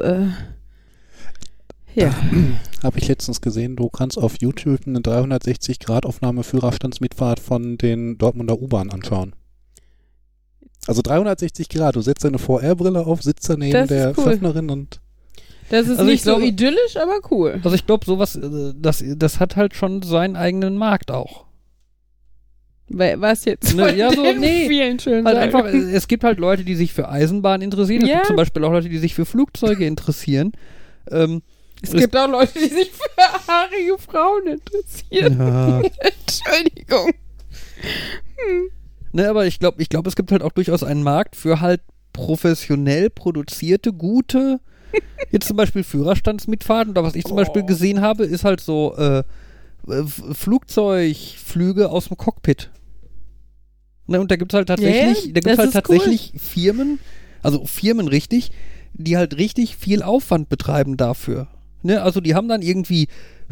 ja. Habe ich letztens gesehen, du kannst auf YouTube eine 360-Grad-Aufnahme Führerstandsmitfahrt von den Dortmunder U-Bahn anschauen. Also 360 Grad, du setzt deine VR-Brille auf, sitzt daneben Das der ist cool. Pförtnerin und Das ist Also nicht ich glaube- so idyllisch, aber cool. Also ich glaube, sowas, das hat halt schon seinen eigenen Markt auch. Was jetzt? Ne, von ja, so, den nee. vielen schönen Halt Sachen. einfach, es gibt halt Leute, die sich für Eisenbahn interessieren. Es Ja. gibt zum Beispiel auch Leute, die sich für Flugzeuge interessieren. Es gibt auch Leute, die sich für haarige Frauen interessieren. Ja. Entschuldigung. Ne, aber ich glaube, es gibt halt auch durchaus einen Markt für halt professionell produzierte, gute, jetzt zum Beispiel Führerstandsmitfahrten. Oder was ich zum Beispiel gesehen habe, ist halt so Flugzeugflüge aus dem Cockpit. Ne, und da gibt es halt tatsächlich, Firmen, also Firmen richtig, die halt richtig viel Aufwand betreiben dafür. Ne, also die haben dann irgendwie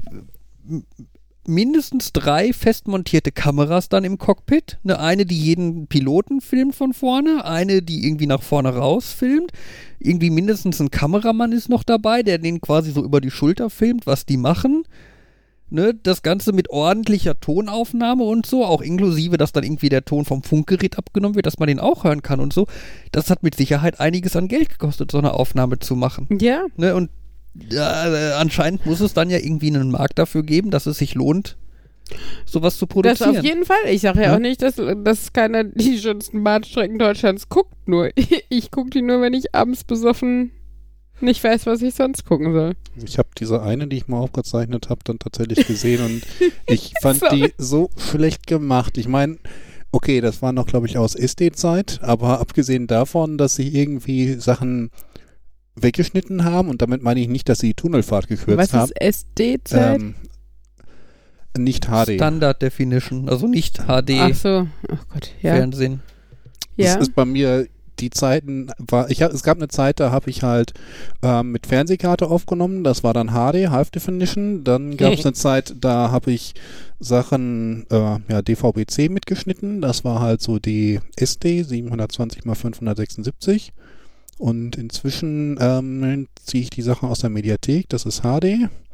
mindestens 3 festmontierte Kameras dann im Cockpit. Eine, die jeden Piloten filmt von vorne, eine, die irgendwie nach vorne raus filmt. Irgendwie mindestens ein Kameramann ist noch dabei, der den quasi so über die Schulter filmt, was die machen. Ne, das Ganze mit ordentlicher Tonaufnahme und so, auch inklusive, dass dann irgendwie der Ton vom Funkgerät abgenommen wird, dass man den auch hören kann und so. Das hat mit Sicherheit einiges an Geld gekostet, so eine Aufnahme zu machen. Ja. Ne, und anscheinend muss es dann ja irgendwie einen Markt dafür geben, dass es sich lohnt, sowas zu Das produzieren. auf jeden Fall. Ich sage ja Ja. auch nicht, dass keiner die schönsten Bahnstrecken Deutschlands guckt. Nur ich gucke die nur, wenn ich abends besoffen nicht weiß, was ich sonst gucken soll. ich habe diese eine, die ich mal aufgezeichnet habe, dann tatsächlich gesehen und ich fand Sorry. die so schlecht gemacht. Ich meine, okay, das war noch, glaube ich, aus SD-Zeit, aber abgesehen davon, dass sie irgendwie Sachen weggeschnitten haben und damit meine ich nicht, dass sie die Tunnelfahrt gekürzt Was haben. ist SD-Zeit? Nicht HD. Standard Definition, also nicht HD Ach so. Oh Gott. Ja. Fernsehen. Ja. Das ist bei mir die Zeiten, es gab eine Zeit, da habe ich halt mit Fernsehkarte aufgenommen, das war dann HD, Half Definition, dann gab es eine Zeit, da habe ich Sachen, DVB-C mitgeschnitten, das war halt so die SD 720x576 und inzwischen ziehe ich die Sachen aus der Mediathek, das ist HD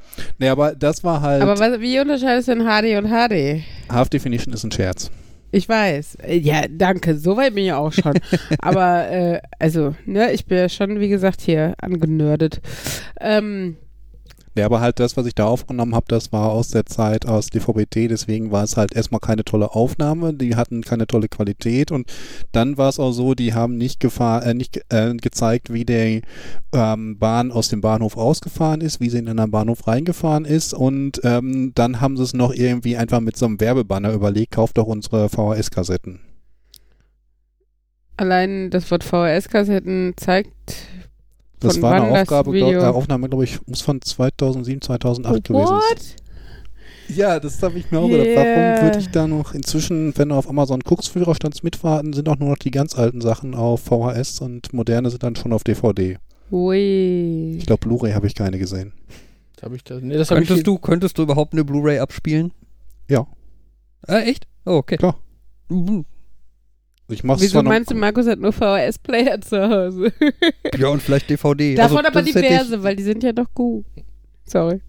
Nee, aber das war halt, Aber wie unterscheidest du denn HD und HD? Half Definition ist ein Scherz. Ich weiß. Ja, danke. Soweit bin ich auch schon. Aber, also, ne, ich bin ja schon, wie gesagt, hier angenördet. Ja, aber halt das, was ich da aufgenommen habe, das war aus der Zeit aus DVB-T, deswegen war es halt erstmal keine tolle Aufnahme, die hatten keine tolle Qualität und dann war es auch so, die haben nicht gezeigt, wie der Bahn aus dem Bahnhof ausgefahren ist, wie sie in einen Bahnhof reingefahren ist und dann haben sie es noch irgendwie einfach mit so einem Werbebanner überlegt, kauft doch unsere VHS-Kassetten. Allein das Wort VHS-Kassetten zeigt... Das Von war eine wann das Aufnahme, glaube ich, muss von 2007, 2008 gewesen What? sein. Ja, das habe ich mir auch gedacht. Warum würde ich da noch inzwischen, wenn du auf Amazon guckst, Führerstandsmitfahrten, sind auch nur noch die ganz alten Sachen auf VHS und moderne sind dann schon auf DVD. Ui. Ich glaube, Blu-ray habe ich keine gesehen. Könntest du überhaupt eine Blu-ray abspielen? Ja. Echt? Oh, okay. Klar. Mhm. Ich mach's Wieso zwar noch, meinst du, Markus hat nur VHS-Player zu Hause? Ja, und vielleicht DVD. Davon Also, aber das hätte diverse, weil die sind ja doch gut. Sorry.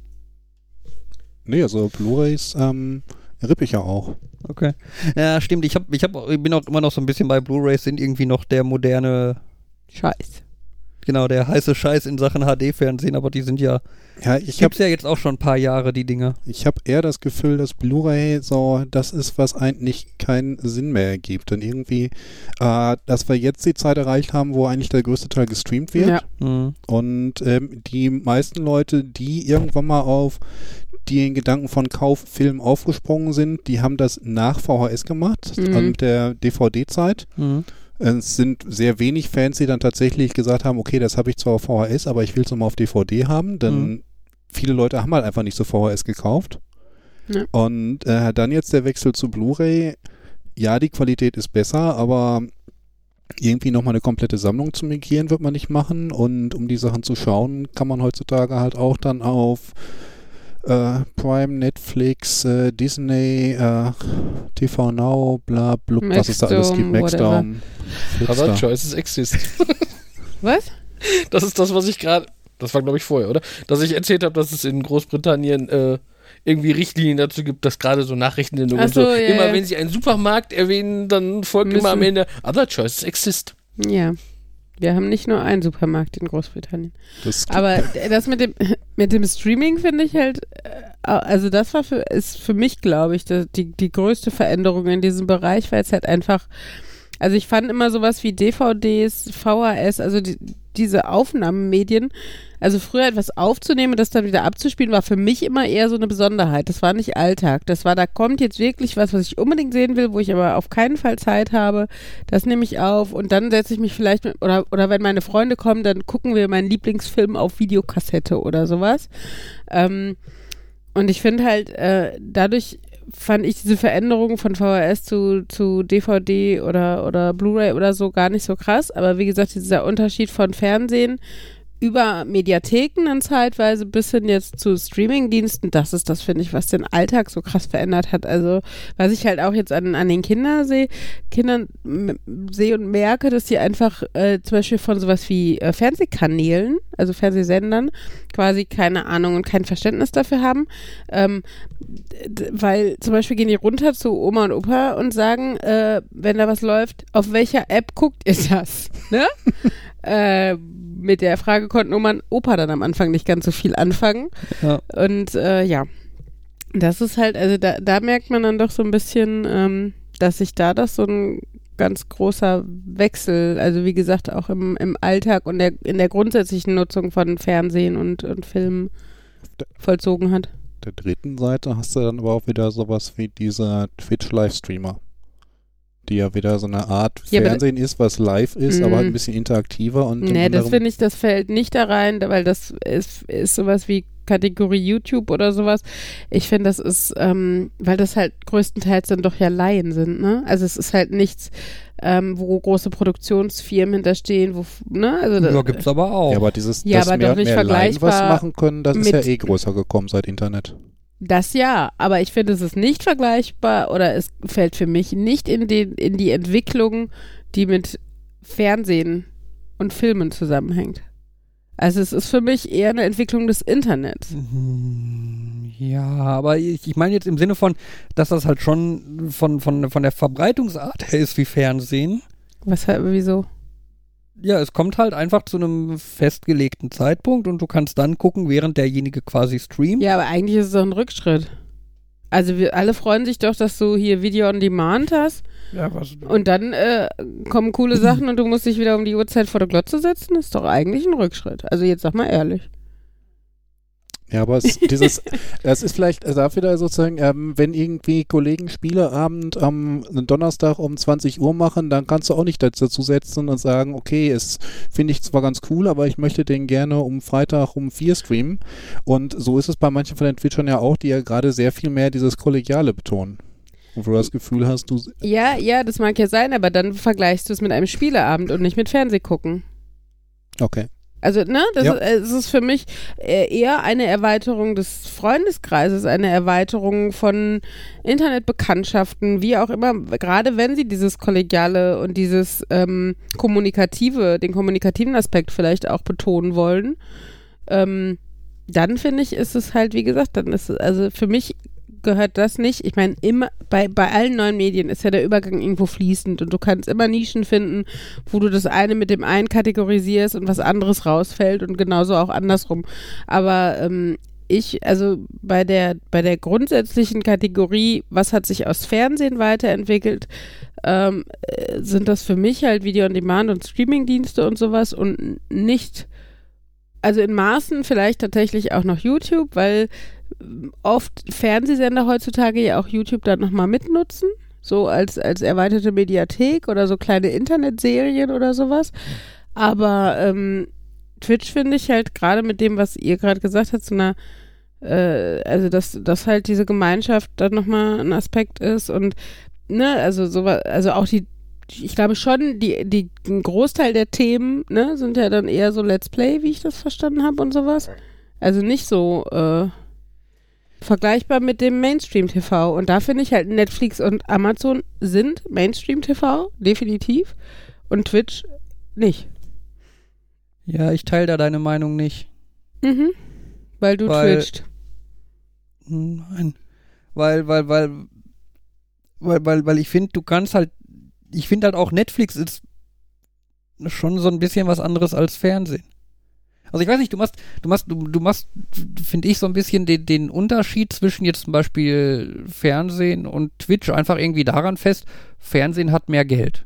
Nee, also Blu-rays ripp ich ja auch. Okay. Ja, stimmt. Ich bin auch immer noch so ein bisschen bei Blu-rays, sind irgendwie noch der moderne, Scheiß. genau, der heiße Scheiß in Sachen HD-Fernsehen, aber die sind ja, Ja, ich gibt's ja jetzt auch schon ein paar Jahre, die Dinger. habe eher das Gefühl, dass Blu-ray so das ist, was eigentlich keinen Sinn mehr ergibt. Denn irgendwie, dass wir jetzt die Zeit erreicht haben, wo eigentlich der größte Teil gestreamt wird. Ja. Mhm. Und die meisten Leute, die irgendwann mal auf den Gedanken von Kauffilm aufgesprungen sind, die haben das nach VHS gemacht, also mit der DVD-Zeit. Mhm. Es sind sehr wenig Fans, die dann tatsächlich gesagt haben, okay, das habe ich zwar auf VHS, aber ich will es nochmal auf DVD haben, denn viele Leute haben halt einfach nicht so VHS gekauft. Ja. Und dann jetzt der Wechsel zu Blu-ray, ja, die Qualität ist besser, aber irgendwie nochmal eine komplette Sammlung zu migrieren wird man nicht machen und um die Sachen zu schauen, kann man heutzutage halt auch dann auf Prime, Netflix, Disney, TV Now, bla blub, was es da alles gibt, Maxdome, Other choices exist. Was? Das ist das, was ich gerade, das war glaube ich vorher, oder? Dass ich erzählt habe, dass es in Großbritannien irgendwie Richtlinien dazu gibt, dass gerade so Nachrichtensendungen und so, Ja, immer ja. wenn sie einen Supermarkt erwähnen, dann folgt immer am Ende Other choices exist. Ja. Wir haben nicht nur einen Supermarkt in Großbritannien. Das Aber das mit dem Streaming finde ich halt, also das ist für mich, glaube ich, die größte Veränderung in diesem Bereich, weil es halt einfach, also ich fand immer sowas wie DVDs, VHS, also diese Aufnahmemedien, also früher etwas aufzunehmen und das dann wieder abzuspielen, war für mich immer eher so eine Besonderheit. Das war nicht Alltag. Das war, da kommt jetzt wirklich was ich unbedingt sehen will, wo ich aber auf keinen Fall Zeit habe. Das nehme ich auf und dann setze ich mich vielleicht oder wenn meine Freunde kommen, dann gucken wir meinen Lieblingsfilm auf Videokassette oder sowas. Und ich finde halt, dadurch fand ich diese Veränderung von VHS zu DVD oder Blu-ray oder so gar nicht so krass. Aber wie gesagt, dieser Unterschied von Fernsehen über Mediatheken dann zeitweise bis hin jetzt zu Streamingdiensten, das ist das, finde ich, was den Alltag so krass verändert hat. Also was ich halt auch jetzt an den Kindern sehe und merke, dass die einfach zum Beispiel von sowas wie Fernsehkanälen, also Fernsehsendern, quasi keine Ahnung und kein Verständnis dafür haben, weil zum Beispiel gehen die runter zu Oma und Opa und sagen, wenn da was läuft, auf welcher App guckt ihr das? Ne? Mit der Frage konnten Oma und Opa dann am Anfang nicht ganz so viel anfangen. Ja. Und ja, das ist halt, also da merkt man dann doch so ein bisschen, dass sich da das so ein ganz großer Wechsel, also wie gesagt, auch im Alltag und in der grundsätzlichen Nutzung von Fernsehen und Filmen vollzogen hat. Auf der dritten Seite hast du dann aber auch wieder sowas wie diese Twitch-Livestreamer, die ja wieder so eine Art Fernsehen ist, was live ist, aber halt ein bisschen interaktiver. Und nee, das finde ich, das fällt nicht da rein, weil das ist sowas wie Kategorie YouTube oder sowas. Ich finde, das ist, weil das halt größtenteils dann doch ja Laien sind, ne? Also es ist halt nichts, wo große Produktionsfirmen hinterstehen, ne? Also ja, gibt's aber auch. Ja, aber dieses, ja, dass aber mehr, doch nicht mehr Laien was vergleichbar machen können, das ist ja eh größer gekommen seit Internet. Das ja, aber ich finde, es ist nicht vergleichbar oder es fällt für mich nicht in die Entwicklung, die mit Fernsehen und Filmen zusammenhängt. Also es ist für mich eher eine Entwicklung des Internets. Ja, aber ich meine jetzt im Sinne von, dass das halt schon von der Verbreitungsart her ist wie Fernsehen. Wieso? Ja, es kommt halt einfach zu einem festgelegten Zeitpunkt und du kannst dann gucken, während derjenige quasi streamt. Ja, aber eigentlich ist es doch ein Rückschritt. Also wir alle freuen sich doch, dass du hier Video on Demand hast. Ja, was? Und dann kommen coole Sachen und du musst dich wieder um die Uhrzeit vor der Glotze setzen. Das ist doch eigentlich ein Rückschritt. Also jetzt sag mal ehrlich. Ja, aber es ist vielleicht da wieder sozusagen, wenn irgendwie Kollegen Spieleabend am Donnerstag um 20 Uhr machen, dann kannst du auch nicht dazu setzen und sagen, okay, es finde ich zwar ganz cool, aber ich möchte den gerne um Freitag um 4 streamen. Und so ist es bei manchen von den Twitchern ja auch, die ja gerade sehr viel mehr dieses Kollegiale betonen. Und wo du das Gefühl hast, du... Ja, das mag ja sein, aber dann vergleichst du es mit einem Spieleabend und nicht mit Fernsehgucken. Okay. Also, ne, Ja. es ist für mich eher eine Erweiterung des Freundeskreises, eine Erweiterung von Internetbekanntschaften, wie auch immer, gerade wenn sie dieses Kollegiale und dieses den kommunikativen Aspekt vielleicht auch betonen wollen, dann finde ich, ist es halt, wie gesagt, dann ist es, also für mich gehört das nicht. Ich meine, immer bei allen neuen Medien ist ja der Übergang irgendwo fließend und du kannst immer Nischen finden, wo du das eine mit dem einen kategorisierst und was anderes rausfällt und genauso auch andersrum. Aber also bei der grundsätzlichen Kategorie, was hat sich aus Fernsehen weiterentwickelt, sind das für mich halt Video on Demand und Streamingdienste und sowas und nicht, also in Maßen vielleicht tatsächlich auch noch YouTube, weil oft Fernsehsender heutzutage ja auch YouTube dann nochmal mitnutzen, so als erweiterte Mediathek oder so kleine Internetserien oder sowas. Aber Twitch finde ich halt gerade mit dem, was ihr gerade gesagt habt, so einer, also dass halt diese Gemeinschaft dann nochmal ein Aspekt ist und ne, also sowas, also auch ich glaube schon, ein Großteil der Themen, ne, sind ja dann eher so Let's Play, wie ich das verstanden habe und sowas. Also nicht so vergleichbar mit dem Mainstream-TV. Und da finde ich halt Netflix und Amazon sind Mainstream-TV, definitiv. Und Twitch nicht. Ja, ich teile da deine Meinung nicht. Mhm. Weil du twitcht. Nein. Weil ich finde, ich finde halt auch Netflix ist schon so ein bisschen was anderes als Fernsehen. Also ich weiß nicht, du machst, finde ich, so ein bisschen den Unterschied zwischen jetzt zum Beispiel Fernsehen und Twitch einfach irgendwie daran fest, Fernsehen hat mehr Geld.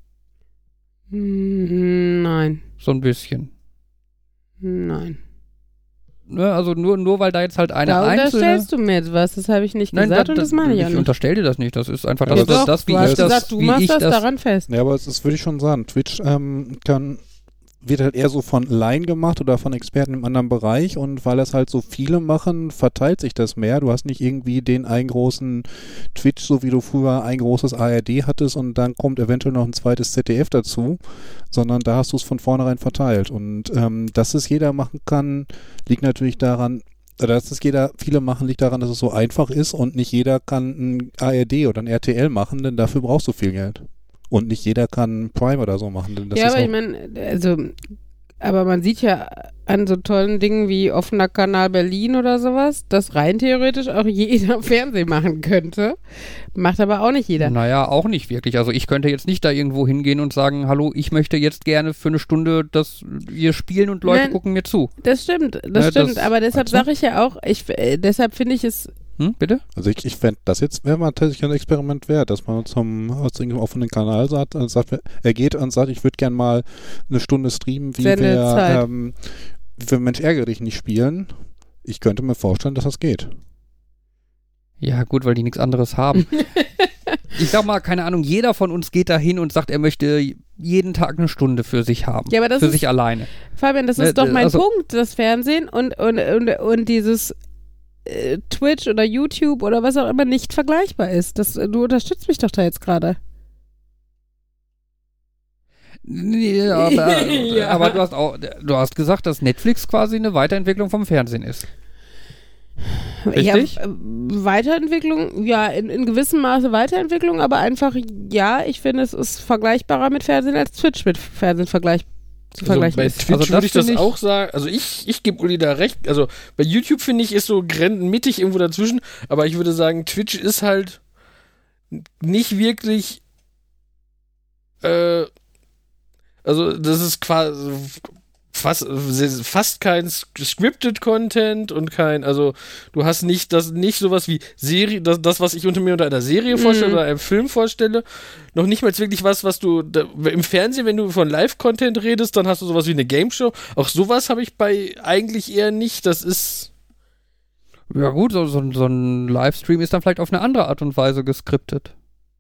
Nein. So ein bisschen. Nein. Ne, also nur weil da jetzt halt eine Da einzelne... unterstellst du mir etwas, das habe ich nicht gesagt und das meine ich auch Ich nicht. unterstelle dir das nicht, das ist einfach Ja, das, doch, das, wie du ich hast das... gesagt, du wie machst ich das daran fest. Ja, aber das würde ich schon sagen. Twitch wird halt eher so von Laien gemacht oder von Experten im anderen Bereich und weil das halt so viele machen, verteilt sich das mehr. Du hast nicht irgendwie den einen großen Twitch, so wie du früher ein großes ARD hattest und dann kommt eventuell noch ein zweites ZDF dazu, sondern da hast du es von vornherein verteilt und dass es jeder machen kann, liegt natürlich daran, dass es viele machen, liegt daran, dass es so einfach ist und nicht jeder kann ein ARD oder ein RTL machen, denn dafür brauchst du viel Geld. Und nicht jeder kann Prime oder so machen. Denn das Ja, ist aber ich meine, also, aber man sieht ja an so tollen Dingen wie offener Kanal Berlin oder sowas, dass rein theoretisch auch jeder Fernsehen machen könnte. Macht aber auch nicht jeder. Naja, auch nicht wirklich. Also ich könnte jetzt nicht da irgendwo hingehen und sagen, hallo, ich möchte jetzt gerne für eine Stunde das hier spielen und Leute gucken mir zu. Das stimmt, aber deshalb sage ich ja auch, deshalb finde ich es... Bitte? Also ich fände, das jetzt wäre mal tatsächlich ein Experiment wert, dass man aus irgendeinem offenen Kanal sagt, er geht und sagt, ich würde gerne mal eine Stunde streamen, wie wir Mensch ärgere dich nicht spielen. Ich könnte mir vorstellen, dass das geht. Ja gut, weil die nichts anderes haben. Ich sag mal, keine Ahnung, jeder von uns geht da hin und sagt, er möchte jeden Tag eine Stunde für sich haben. Ja, aber das für ist, sich alleine. Fabian, das ist doch mein Punkt, das Fernsehen und dieses Twitch oder YouTube oder was auch immer nicht vergleichbar ist. Du unterstützt mich doch da jetzt gerade. Nee, aber du hast gesagt, dass Netflix quasi eine Weiterentwicklung vom Fernsehen ist. Richtig? Ja, Weiterentwicklung, ja, in gewissem Maße Weiterentwicklung, aber einfach, ja, ich finde, es ist vergleichbarer mit Fernsehen als Twitch mit Fernsehen vergleichen bei ist. Twitch Also würde ich das find ich- auch sagen. Also ich gebe Uli da recht. Also bei YouTube finde ich, ist so mittig irgendwo dazwischen. Aber ich würde sagen, Twitch ist halt nicht wirklich also das ist quasi fast kein scripted Content und also du hast nicht sowas wie Serie, das was ich unter einer Serie vorstelle oder einem Film vorstelle, noch nicht mal wirklich was du im Fernsehen, wenn du von Live-Content redest, dann hast du sowas wie eine Game-Show. Auch sowas habe ich bei eigentlich eher nicht. Das ist Ja gut, so ein Livestream ist dann vielleicht auf eine andere Art und Weise geskriptet.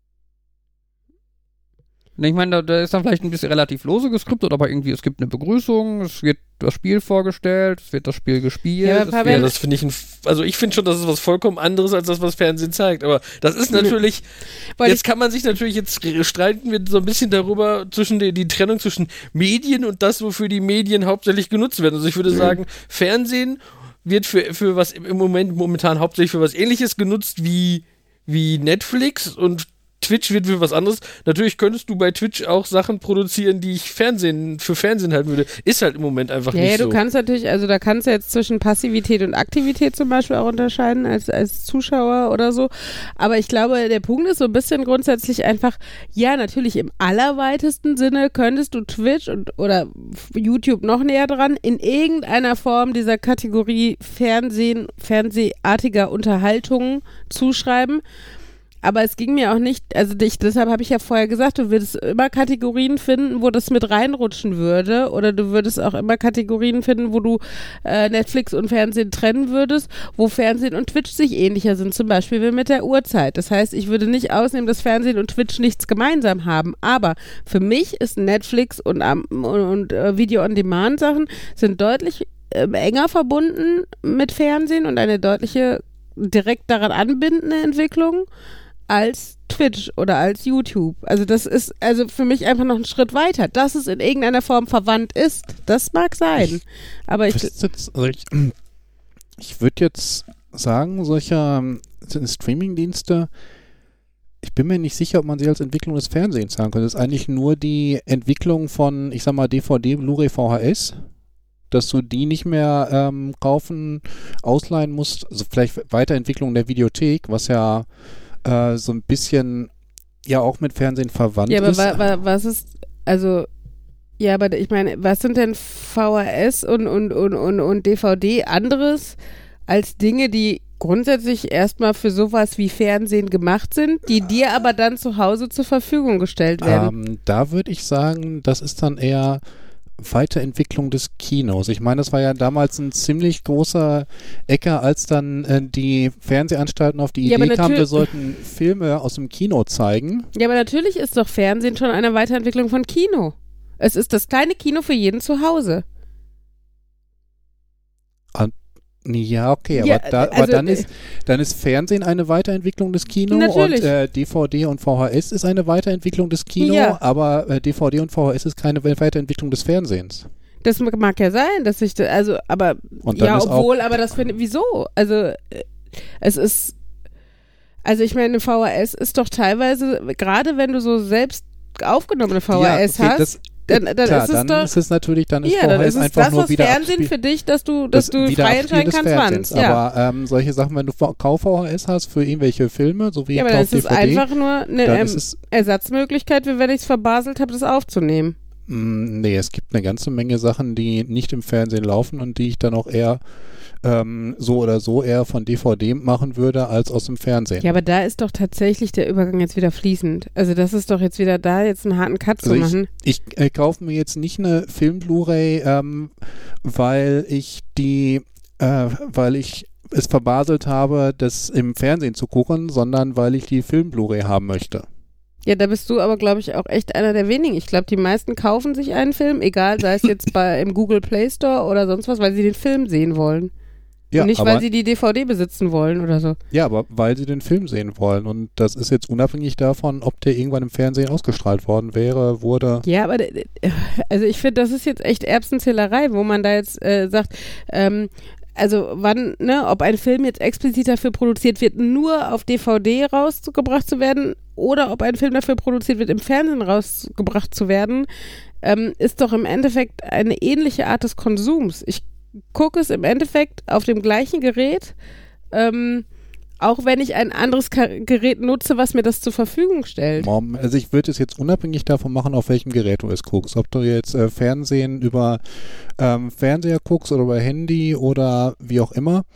Ich meine, da ist dann vielleicht ein bisschen relativ lose geskriptet, aber irgendwie, es gibt eine Begrüßung, es wird das Spiel vorgestellt, es wird das Spiel gespielt. Ja, es aber wird- ja, das finde ich also ich finde schon, das ist was vollkommen anderes als das, was Fernsehen zeigt. Aber das ist natürlich, jetzt kann man sich natürlich, jetzt streiten wir so ein bisschen darüber, zwischen die Trennung zwischen Medien und das, wofür die Medien hauptsächlich genutzt werden. Also ich würde sagen, Fernsehen wird für was momentan hauptsächlich für was Ähnliches genutzt wie Netflix, und Twitch wird für was anderes. Natürlich könntest du bei Twitch auch Sachen produzieren, die ich für Fernsehen halten würde. Ist halt im Moment einfach nicht Ja, so. du kannst natürlich, also da kannst du jetzt zwischen Passivität und Aktivität zum Beispiel auch unterscheiden als Zuschauer oder so. Aber ich glaube, der Punkt ist so ein bisschen grundsätzlich einfach, ja, natürlich im allerweitesten Sinne könntest du Twitch oder YouTube noch näher dran in irgendeiner Form dieser Kategorie Fernsehartiger Unterhaltung zuschreiben. Aber es ging mir auch nicht, also deshalb habe ich ja vorher gesagt, du würdest immer Kategorien finden, wo das mit reinrutschen würde, oder du würdest auch immer Kategorien finden, wo du Netflix und Fernsehen trennen würdest, wo Fernsehen und Twitch sich ähnlicher sind, zum Beispiel wie mit der Uhrzeit. Das heißt, ich würde nicht ausnehmen, dass Fernsehen und Twitch nichts gemeinsam haben, aber für mich ist Netflix und Video-on-Demand-Sachen sind deutlich enger verbunden mit Fernsehen und eine deutliche direkt daran anbindende Entwicklung als Twitch oder als YouTube. Also das ist also für mich einfach noch ein Schritt weiter. Dass es in irgendeiner Form verwandt ist, das mag sein. Aber ich würde jetzt sagen, solche Streaming-Dienste, ich bin mir nicht sicher, ob man sie als Entwicklung des Fernsehens sagen könnte. Das ist eigentlich nur die Entwicklung von, ich sag mal, DVD, Blu-ray, VHS, dass du die nicht mehr kaufen, ausleihen musst. Also vielleicht Weiterentwicklung der Videothek, was ja so ein bisschen ja auch mit Fernsehen verwandt ist. Ja, aber was ist, also, ja, aber ich meine, was sind denn VHS und DVD anderes als Dinge, die grundsätzlich erstmal für sowas wie Fernsehen gemacht sind, die dir aber dann zu Hause zur Verfügung gestellt werden? Da würde ich sagen, das ist dann eher Weiterentwicklung des Kinos. Ich meine, das war ja damals ein ziemlich großer Ecker, als dann die Fernsehanstalten auf die Idee kamen, wir sollten Filme aus dem Kino zeigen. Ja, aber natürlich ist doch Fernsehen schon eine Weiterentwicklung von Kino. Es ist das kleine Kino für jeden zu Hause. Ja, okay, aber, Ja, dann ist Fernsehen eine Weiterentwicklung des Kino Natürlich. und DVD und VHS ist eine Weiterentwicklung des Kino, Ja. aber DVD und VHS ist keine Weiterentwicklung des Fernsehens. Das mag ja sein, dass ich, aber, Und dann ja, ist obwohl, aber das finde, wieso? Also, es ist, also ich meine, VHS ist doch teilweise, gerade wenn du so selbst aufgenommene VHS hast, dann klar, ist es dann doch, ist es natürlich, dann ist ja, dann VHS ist es einfach das, nur was wieder Fernsehen für dich, dass du wieder frei Abspielen entscheiden des kannst, Fernsehens. wann. Ja. Aber solche Sachen, wenn du Kauf-VHS hast für irgendwelche Filme, so wie Ja, aber dann Kauf ist es DVD, einfach nur eine dann ist es Ersatzmöglichkeit, wie wenn ich es verbaselt habe, das aufzunehmen. Nee, es gibt eine ganze Menge Sachen, die nicht im Fernsehen laufen und die ich dann auch eher so oder so eher von DVD machen würde, als aus dem Fernsehen. Ja, aber da ist doch tatsächlich der Übergang jetzt wieder fließend. Also das ist doch jetzt wieder da, jetzt einen harten Cut zu machen. Ich kaufe mir jetzt nicht eine Film-Blu-ray, weil ich es verbaselt habe, das im Fernsehen zu gucken, sondern weil ich die Film-Blu-ray haben möchte. Ja, da bist du aber, glaube ich, auch echt einer der wenigen. Ich glaube, die meisten kaufen sich einen Film, egal, sei es jetzt im Google Play Store oder sonst was, weil sie den Film sehen wollen. Ja, und nicht, aber, weil sie die DVD besitzen wollen oder so. Ja, aber weil sie den Film sehen wollen. Und das ist jetzt unabhängig davon, ob der irgendwann im Fernsehen ausgestrahlt worden wurde. Ja, aber also ich finde, das ist jetzt echt Erbsenzählerei, wo man da jetzt sagt, also wann, ne, ob ein Film jetzt explizit dafür produziert wird, nur auf DVD rausgebracht zu werden oder ob ein Film dafür produziert wird, im Fernsehen rausgebracht zu werden, ist doch im Endeffekt eine ähnliche Art des Konsums. Ich gucke es im Endeffekt auf dem gleichen Gerät, auch wenn ich ein anderes Gerät nutze, was mir das zur Verfügung stellt. Also ich würde es jetzt unabhängig davon machen, auf welchem Gerät du es guckst. Ob du jetzt Fernsehen über Fernseher guckst oder über Handy oder wie auch immer.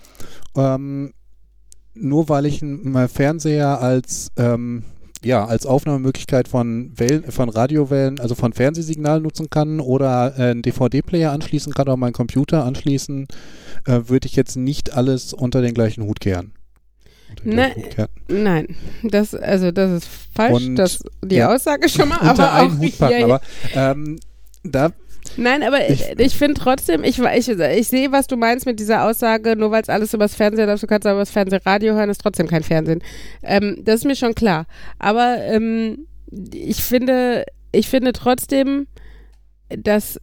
Nur weil ich einen Fernseher als Aufnahmemöglichkeit von Radiowellen, also von Fernsehsignalen nutzen kann oder einen DVD-Player anschließen kann oder meinen Computer anschließen, würde ich jetzt nicht alles unter den gleichen Hut kehren. Nein, das ist falsch, Und, die Aussage schon mal, unter aber einen auch Hut packen, aber da Nein, aber ich finde trotzdem, ich sehe, was du meinst mit dieser Aussage, nur weil es alles übers Fernsehen läuft, du kannst aber übers Fernsehradio hören, ist trotzdem kein Fernsehen. Das ist mir schon klar. Aber ich finde trotzdem, dass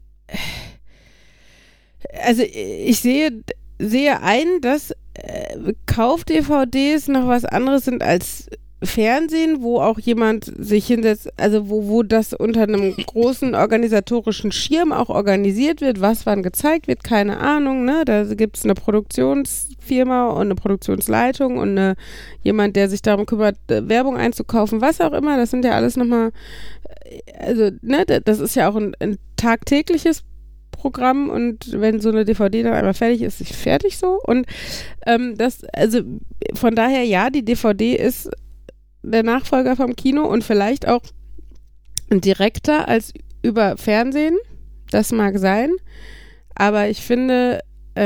also ich sehe ein, dass Kauf-DVDs noch was anderes sind als Fernsehen, wo auch jemand sich hinsetzt, also wo das unter einem großen organisatorischen Schirm auch organisiert wird, was wann gezeigt wird, keine Ahnung, ne? Da gibt es eine Produktionsfirma und eine Produktionsleitung und jemand, der sich darum kümmert, Werbung einzukaufen, was auch immer, das sind ja alles nochmal, also, ne, das ist ja auch ein tagtägliches Programm und wenn so eine DVD dann einmal fertig ist, ist sie fertig so und also von daher ja, die DVD ist der Nachfolger vom Kino und vielleicht auch direkter als über Fernsehen, das mag sein, aber ich finde,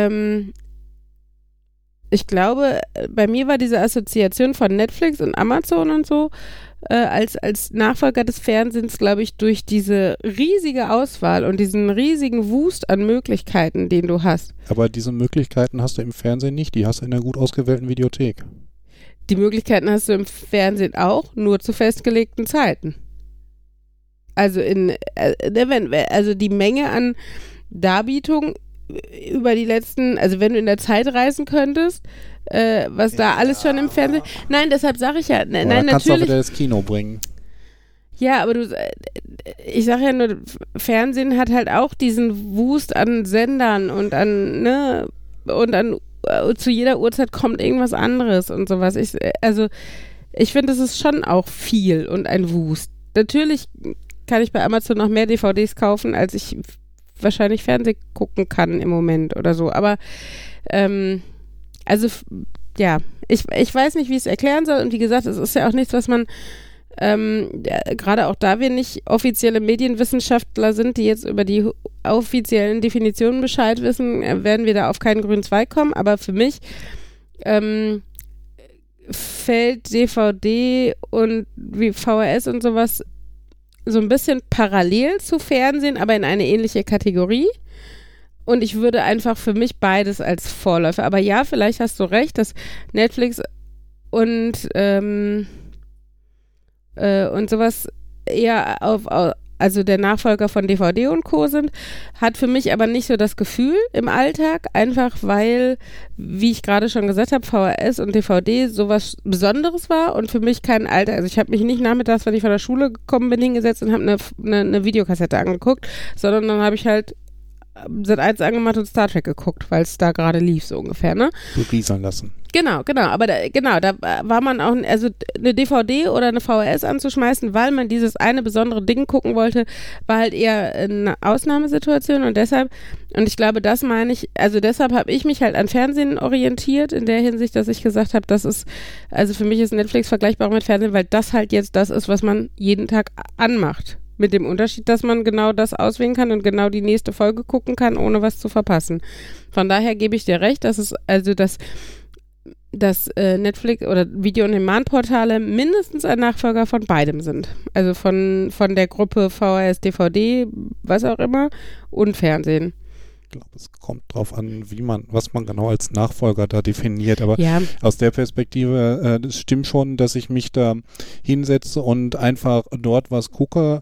ich glaube, bei mir war diese Assoziation von Netflix und Amazon und so als Nachfolger des Fernsehens, glaube ich, durch diese riesige Auswahl und diesen riesigen Wust an Möglichkeiten, den du hast. Aber diese Möglichkeiten hast du im Fernsehen nicht, die hast du in einer gut ausgewählten Videothek. Die Möglichkeiten hast du im Fernsehen auch, nur zu festgelegten Zeiten. Also also die Menge an Darbietungen über die letzten, also wenn du in der Zeit reisen könntest, was da alles schon im Fernsehen. Nein, deshalb sage ich ja, nein, natürlich. Kannst du auch wieder das Kino bringen. Ja, aber ich sage ja nur, Fernsehen hat halt auch diesen Wust an Sendern und an zu jeder Uhrzeit kommt irgendwas anderes und sowas. Ich finde, das ist schon auch viel und ein Wust. Natürlich kann ich bei Amazon noch mehr DVDs kaufen, als ich wahrscheinlich Fernsehen gucken kann im Moment oder so. Aber ich weiß nicht, wie ich es erklären soll. Und wie gesagt, es ist ja auch nichts, was man gerade auch da wir nicht offizielle Medienwissenschaftler sind, die jetzt über die offiziellen Definitionen Bescheid wissen, werden wir da auf keinen grünen Zweig kommen. Aber für mich fällt DVD und wie VHS und sowas so ein bisschen parallel zu Fernsehen, aber in eine ähnliche Kategorie. Und ich würde einfach für mich beides als Vorläufer. Aber ja, vielleicht hast du recht, dass Netflix und sowas eher also der Nachfolger von DVD und Co. sind, hat für mich aber nicht so das Gefühl im Alltag, einfach weil, wie ich gerade schon gesagt habe, VHS und DVD sowas Besonderes war und für mich kein Alltag, also ich habe mich nicht nachmittags, wenn ich von der Schule gekommen bin, hingesetzt und habe eine Videokassette angeguckt, sondern dann habe ich halt Sat.1 angemacht und Star Trek geguckt, weil es da gerade lief, so ungefähr, ne? Berieseln lassen. Genau, aber da war man auch, also eine DVD oder eine VHS anzuschmeißen, weil man dieses eine besondere Ding gucken wollte, war halt eher eine Ausnahmesituation und ich glaube, das meine ich, also deshalb habe ich mich halt an Fernsehen orientiert, in der Hinsicht, dass ich gesagt habe, also für mich ist Netflix vergleichbar mit Fernsehen, weil das halt jetzt das ist, was man jeden Tag anmacht. Mit dem Unterschied, dass man genau das auswählen kann und genau die nächste Folge gucken kann, ohne was zu verpassen. Von daher gebe ich dir recht, dass es also dass Netflix oder Video-on-Demand-Portale mindestens ein Nachfolger von beidem sind. Also von der Gruppe VHS, DVD, was auch immer und Fernsehen. Ich glaube, es kommt drauf an, was man genau als Nachfolger da definiert. Aber ja. Aus der Perspektive, das stimmt schon, dass ich mich da hinsetze und einfach dort was gucke.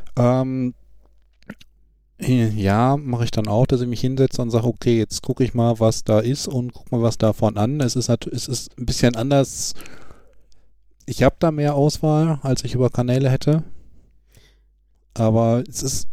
Ja, mache ich dann auch, dass ich mich hinsetze und sage, okay, jetzt gucke ich mal, was da ist und guck mal was davon an. Es ist ein bisschen anders. Ich habe da mehr Auswahl, als ich über Kanäle hätte. Aber es ist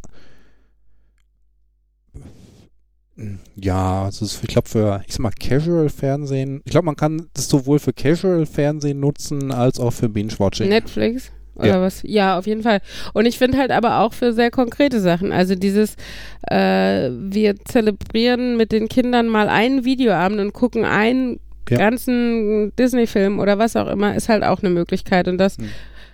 ja, ich glaube für, ich sag mal, Casual-Fernsehen, ich glaube, man kann das sowohl für Casual-Fernsehen nutzen, als auch für Binge-Watching. Netflix oder Ja. was? Ja, auf jeden Fall. Und ich finde halt aber auch für sehr konkrete Sachen. Also dieses, wir zelebrieren mit den Kindern mal einen Videoabend und gucken einen Ja. ganzen Disney-Film oder was auch immer, ist halt auch eine Möglichkeit. Und das,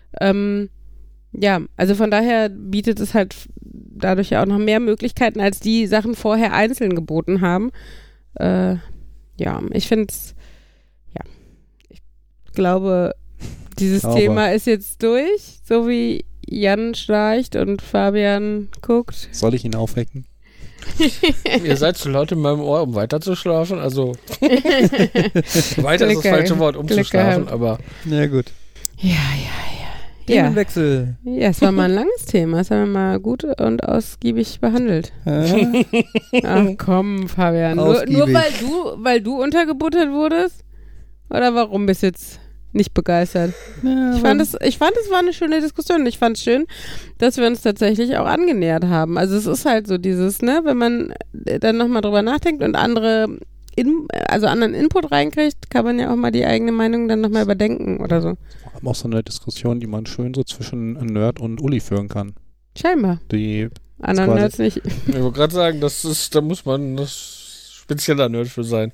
ja, also von daher bietet es halt dadurch ja auch noch mehr Möglichkeiten, als die Sachen vorher einzeln geboten haben. Ja, ich finde es, ja, ich glaube, dieses Thema ist jetzt durch, so wie Jan schnarcht und Fabian guckt. Soll ich ihn aufwecken? Ihr seid zu laut in meinem Ohr, um weiter zu schlafen. Also weiter ist das falsche Wort, um zu schlafen, aber Na gut. Ja. Themenwechsel. Ja, es war mal ein langes Thema. Das haben wir mal gut und ausgiebig behandelt. Ach komm, Fabian. Nur Ausgiebig. weil du untergebuttert wurdest? Oder warum bist du jetzt nicht begeistert? Ja, Ich fand, es war eine schöne Diskussion. Ich fand es schön, dass wir uns tatsächlich auch angenähert haben. Also es ist halt so dieses, ne, wenn man dann nochmal drüber nachdenkt und anderen Input reinkriegt, kann man ja auch mal die eigene Meinung dann nochmal überdenken oder so. Vor allem auch so eine Diskussion, die man schön so zwischen Nerd und Uli führen kann. Scheinbar. Die Anderen quasi- Nerds nicht. ich wollte gerade sagen, da muss man das spezieller Nerd für sein.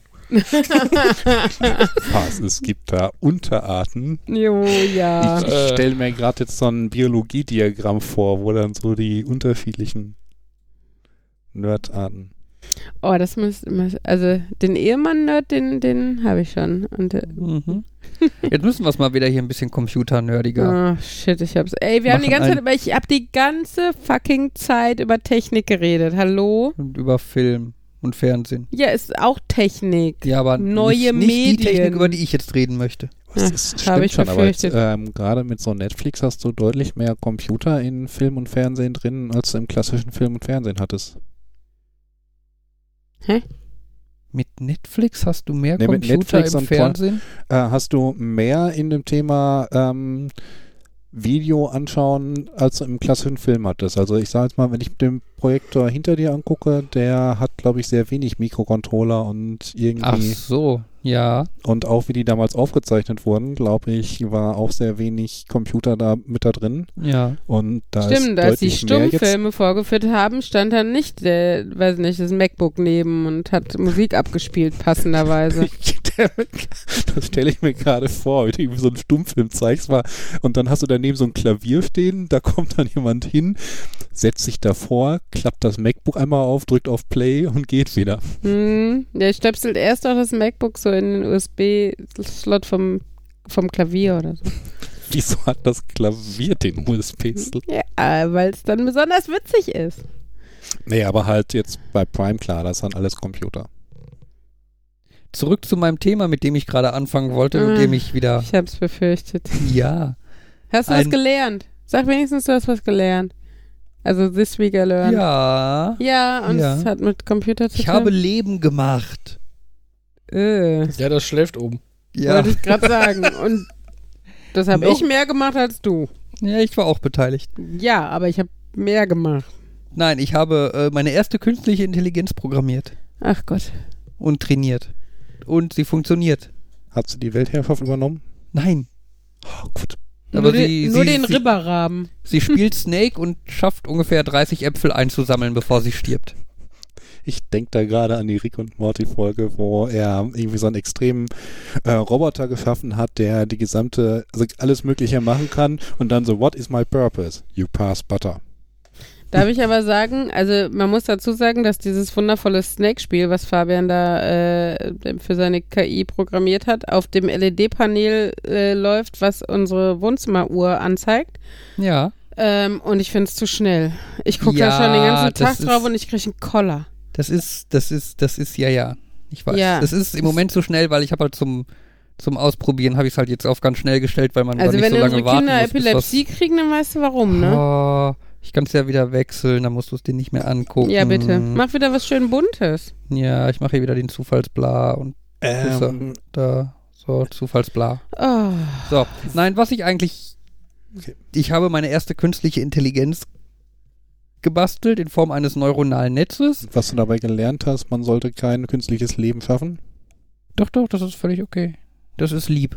Was, es gibt da Unterarten. Jo, ja. Ich stelle mir gerade jetzt so ein Biologiediagramm vor, wo dann so die unterschiedlichen Nerdarten. Oh, das also den Ehemann-Nerd, den habe ich schon. Und, Mhm. Jetzt müssen wir es mal wieder hier ein bisschen computernerdiger. oh, shit, ich hab's. Ey, wir haben die ganze Zeit, aber ich habe die ganze fucking Zeit über Technik geredet. Hallo? Und über Film und Fernsehen. Ja, ist auch Technik. Ja, aber Neue nicht die Medien. Technik, über die ich jetzt reden möchte. Ach, Das hab stimmt ich schon, aber jetzt, befürchtet. gerade mit so Netflix hast du deutlich mehr Computer in Film und Fernsehen drin, als du im klassischen Film und Fernsehen hattest. Mit Netflix hast du mehr Nee, mit Computer Netflix im und Fernsehen? Hast du mehr in dem Thema Video anschauen, als du im klassischen Film hattest. Also ich sage jetzt mal, wenn ich den Projektor hinter dir angucke, der hat, glaube ich, sehr wenig Mikrocontroller und Ach irgendwie so, ja. und auch wie die damals aufgezeichnet wurden, glaube ich, war auch sehr wenig Computer da mit da drin. Ja. Und da Stimmt, ist als die deutlich mehr jetzt. Stummfilme vorgeführt haben, stand dann nicht weiß nicht, das MacBook neben und hat Musik abgespielt, passenderweise. Das stelle ich mir gerade vor, wie du irgendwie so einen Stummfilm zeigst und dann hast du daneben so ein Klavier stehen, da kommt dann jemand hin, setzt sich davor, klappt das MacBook einmal auf, drückt auf Play und geht wieder. Der stöpselt erst auch das MacBook so in den USB-Slot vom Klavier oder so. Wieso hat das Klavier den USB-Slot? Ja, weil es dann besonders witzig ist. Nee, aber halt jetzt bei Prime, klar, das sind alles Computer. Zurück zu meinem Thema, mit dem ich gerade anfangen wollte und dem ich wieder... Ich hab's befürchtet. Ja. Hast du was gelernt? Sag wenigstens, du hast was gelernt. Also this week I learned. Ja. Ja, und Ja. es hat mit Computer zu tun. Ich habe Leben gemacht. Ja, das schläft oben. Ja. Wollte ich gerade sagen. Und das habe Noch- ich mehr gemacht als du. Ja, ich war auch beteiligt. Ja, aber ich habe mehr gemacht. Nein, ich habe meine erste künstliche Intelligenz programmiert Ach Gott. und trainiert. Und sie funktioniert. Hat sie die Weltherrschaft übernommen? Nein. Oh, gut. Aber nur den sie, Ribberraben. sie spielt Snake und schafft ungefähr 30 Äpfel einzusammeln, bevor sie stirbt. Ich denke da gerade an die Rick und Morty Folge, wo er irgendwie so einen extremen Roboter geschaffen hat, der die gesamte, also alles Mögliche machen kann und dann so, what is my purpose? You pass butter. Darf ich aber sagen, also man muss dazu sagen, dass dieses wundervolle Snake-Spiel, was Fabian da für seine KI programmiert hat, auf dem LED-Panel läuft, was unsere Wohnzimmeruhr anzeigt. Ja. Und ich finde es zu schnell. Ich gucke Ja, da schon den ganzen das Tag drauf ist- und ich kriege einen Koller. Das ist, ja. Ich weiß. Ja. Das ist im Moment so schnell, weil ich habe halt zum Ausprobieren, habe ich es halt jetzt auf ganz schnell gestellt, weil man Also nicht wenn so lange unsere warten Kinder muss, bis Epilepsie kriegen, dann weißt du warum, ne? Oh, ich kann es ja wieder wechseln, dann musst du es dir nicht mehr angucken. Ja, bitte. Mach wieder was schön Buntes. Ja, ich mache hier wieder den Zufallsbla und da So, Zufallsbla. Oh. So, nein, was ich eigentlich... Okay. Ich habe meine erste künstliche Intelligenz gebastelt in Form eines neuronalen Netzes. Was du dabei gelernt hast, man sollte kein künstliches Leben schaffen. Doch, das ist völlig okay. Das ist lieb.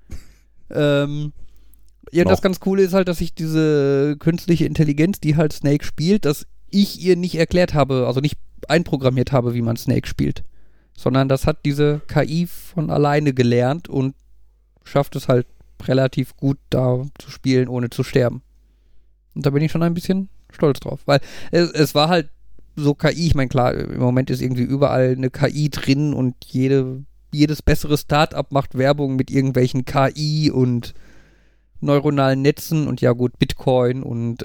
Ja, das ganz Coole ist halt, dass ich diese künstliche Intelligenz, die halt Snake spielt, dass ich ihr nicht erklärt habe, also nicht einprogrammiert habe, wie man Snake spielt. Sondern das hat diese KI von alleine gelernt und schafft es halt relativ gut, da zu spielen, ohne zu sterben. Und da bin ich schon ein bisschen stolz drauf. Weil es war halt so KI, ich meine, klar, im Moment ist irgendwie überall eine KI drin und jedes bessere Start-up macht Werbung mit irgendwelchen KI und neuronalen Netzen und ja gut, Bitcoin und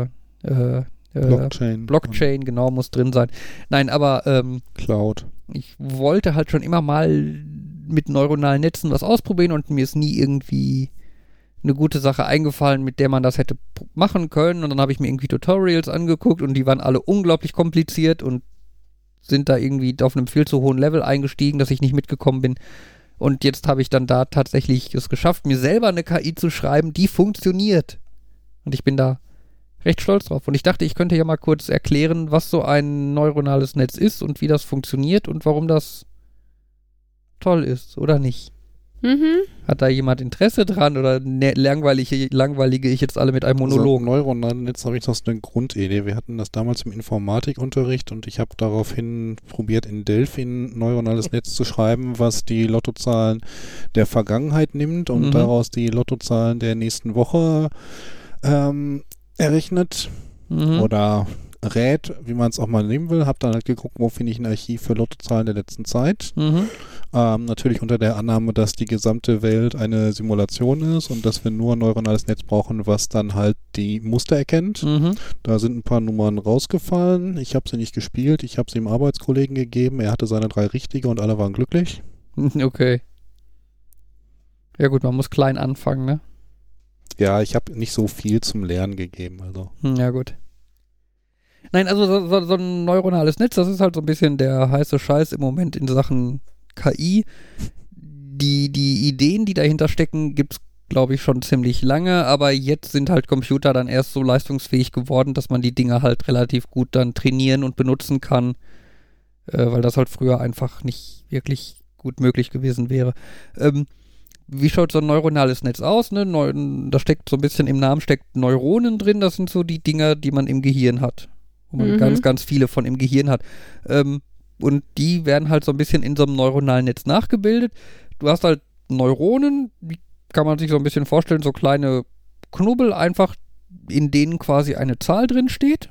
Blockchain, genau, muss drin sein. Nein, aber Cloud. ich wollte halt schon immer mal mit neuronalen Netzen was ausprobieren und mir ist nie irgendwie eine gute Sache eingefallen, mit der man das hätte machen können. Und dann habe ich mir irgendwie Tutorials angeguckt und die waren alle unglaublich kompliziert und sind da irgendwie auf einem viel zu hohen Level eingestiegen, dass ich nicht mitgekommen bin. Und jetzt habe ich dann da tatsächlich es geschafft, mir selber eine KI zu schreiben, die funktioniert. Und ich bin da recht stolz drauf. Und ich dachte, ich könnte ja mal kurz erklären, was so ein neuronales Netz ist und wie das funktioniert und warum das toll ist, oder nicht? Mhm. Hat da jemand Interesse dran oder langweilige ich jetzt alle mit einem Monolog? Also, neuronales Netz habe ich noch eine Grundidee. Wir hatten das damals im Informatikunterricht und ich habe daraufhin probiert, in Delphi ein neuronales Netz zu schreiben, was die Lottozahlen der Vergangenheit nimmt und daraus die Lottozahlen der nächsten Woche errechnet oder rät, wie man es auch mal nehmen will. Hab dann halt geguckt, wo finde ich ein Archiv für Lottozahlen der letzten Zeit. Natürlich unter der Annahme, dass die gesamte Welt eine Simulation ist und dass wir nur ein neuronales Netz brauchen, was dann halt die Muster erkennt. Da sind ein paar Nummern rausgefallen. Ich habe sie nicht gespielt. Ich habe sie dem Arbeitskollegen gegeben. Er hatte seine 3 richtige und alle waren glücklich. Okay. Ja gut, man muss klein anfangen, ne? Ja, ich habe nicht so viel zum Lernen gegeben. Also. Ja gut. Nein, also so ein neuronales Netz, das ist halt so ein bisschen der heiße Scheiß im Moment in Sachen KI. Die Ideen, die dahinter stecken, gibt's, glaube ich, schon ziemlich lange, aber jetzt sind halt Computer dann erst so leistungsfähig geworden, dass man die Dinge halt relativ gut dann trainieren und benutzen kann, weil das halt früher einfach nicht wirklich gut möglich gewesen wäre. Wie schaut so ein neuronales Netz aus? Ne? Da steckt so ein bisschen im Namen steckt Neuronen drin, das sind so die Dinger, die man im Gehirn hat. Wo man ganz, ganz viele von im Gehirn hat. Und die werden halt so ein bisschen in so einem neuronalen Netz nachgebildet. Du hast halt Neuronen, die kann man sich so ein bisschen vorstellen, so kleine Knubbel einfach, in denen quasi eine Zahl drin steht.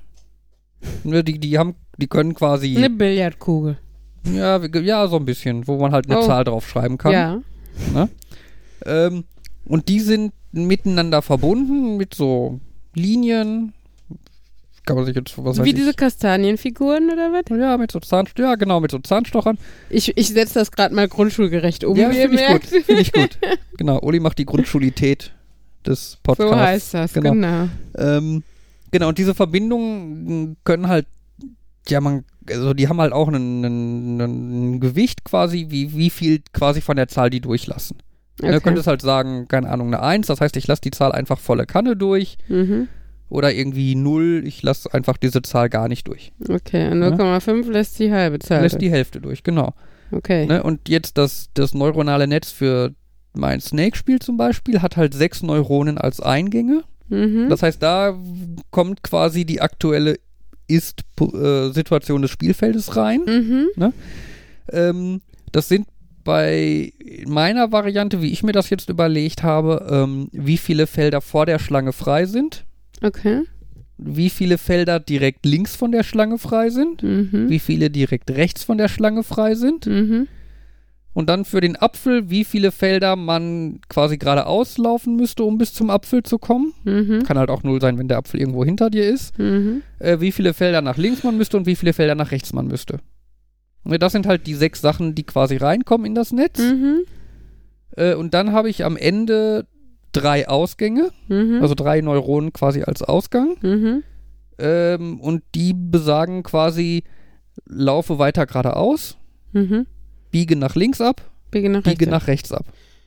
Die können quasi... Eine Billardkugel. Ja, so ein bisschen, wo man halt eine Zahl drauf schreiben kann. Ja. Ne? Und die sind miteinander verbunden mit so Linien. Kann man sich jetzt Wie diese Kastanienfiguren oder was? Ja, mit so Zahnstochern. Ich setze das gerade mal grundschulgerecht um. Ja, finde ich gut. Genau, Uli macht die Grundschulität des Podcasts. So heißt das, genau. Genau, und diese Verbindungen können halt, die haben halt auch ein Gewicht quasi, wie viel quasi von der Zahl die durchlassen. Okay. Du könntest halt sagen, keine Ahnung, eine 1, das heißt, ich lasse die Zahl einfach volle Kanne durch. Oder irgendwie 0, ich lasse einfach diese Zahl gar nicht durch. Okay, 0,5 lässt die halbe Zahl lässt die Hälfte durch, genau. Okay. Ne? Und jetzt das neuronale Netz für mein Snake-Spiel zum Beispiel hat halt 6 Neuronen als Eingänge. Das heißt, da kommt quasi die aktuelle Ist-Situation des Spielfeldes rein. Ne? Das sind bei meiner Variante, wie ich mir das jetzt überlegt habe, wie viele Felder vor der Schlange frei sind. Okay. Wie viele Felder direkt links von der Schlange frei sind. Wie viele direkt rechts von der Schlange frei sind. Und dann für den Apfel, wie viele Felder man quasi geradeaus laufen müsste, um bis zum Apfel zu kommen. Kann halt auch 0 sein, wenn der Apfel irgendwo hinter dir ist. Wie viele Felder nach links man müsste und wie viele Felder nach rechts man müsste. Das sind halt die 6 Sachen, die quasi reinkommen in das Netz. Und dann habe ich am Ende 3 Ausgänge, also 3 Neuronen quasi als Ausgang. Und die besagen quasi, laufe weiter geradeaus, biege nach links ab, biege nach rechts ab.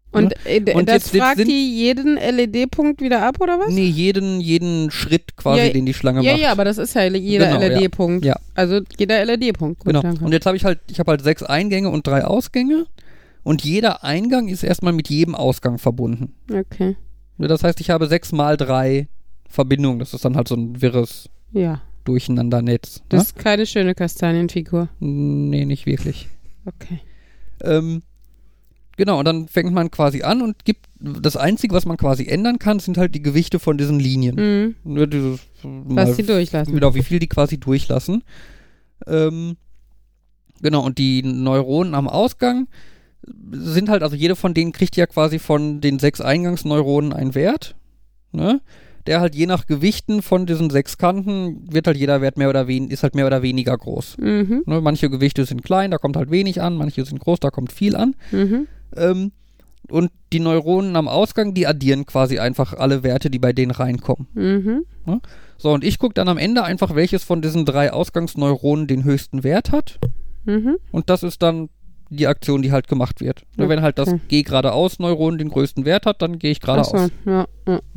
Und, Und das jetzt fragt sind- die jeden LED-Punkt wieder ab, oder was? Nee, jeden Schritt quasi, Ja, den die Schlange Ja, macht. ja, aber das ist ja jeder Genau, ja. LED-Punkt. Ja. Also jeder LED-Punkt. Gut, Genau. danke. Und jetzt habe ich habe halt 6 Eingänge und 3 Ausgänge. Und jeder Eingang ist erstmal mit jedem Ausgang verbunden. Okay. Das heißt, ich habe 6 mal 3 Verbindungen. Das ist dann halt so ein wirres Ja. Durcheinandernetz. Das ist keine schöne Kastanienfigur. Nee, nicht wirklich. Okay. Genau, und dann fängt man quasi an und gibt, das Einzige, was man quasi ändern kann, sind halt die Gewichte von diesen Linien. Mhm. Nur dieses, Was sie durchlassen. Genau, wie viel die quasi durchlassen. Genau, und die Neuronen am Ausgang sind halt, also jede von denen kriegt ja quasi von den 6 Eingangsneuronen einen Wert, ne? Der halt je nach Gewichten von diesen 6 Kanten wird halt jeder Wert ist halt mehr oder weniger groß. Mhm. Ne? Manche Gewichte sind klein, da kommt halt wenig an, manche sind groß, da kommt viel an. Mhm. Und die Neuronen am Ausgang, die addieren quasi einfach alle Werte, die bei denen reinkommen. Mhm. So, und ich gucke dann am Ende einfach, welches von diesen 3 Ausgangsneuronen den höchsten Wert hat. Mhm. Und das ist dann die Aktion, die halt gemacht wird. Nur wenn halt das Okay. Geh geradeaus Neuron den größten Wert hat, dann gehe ich geradeaus. Ach so, ja.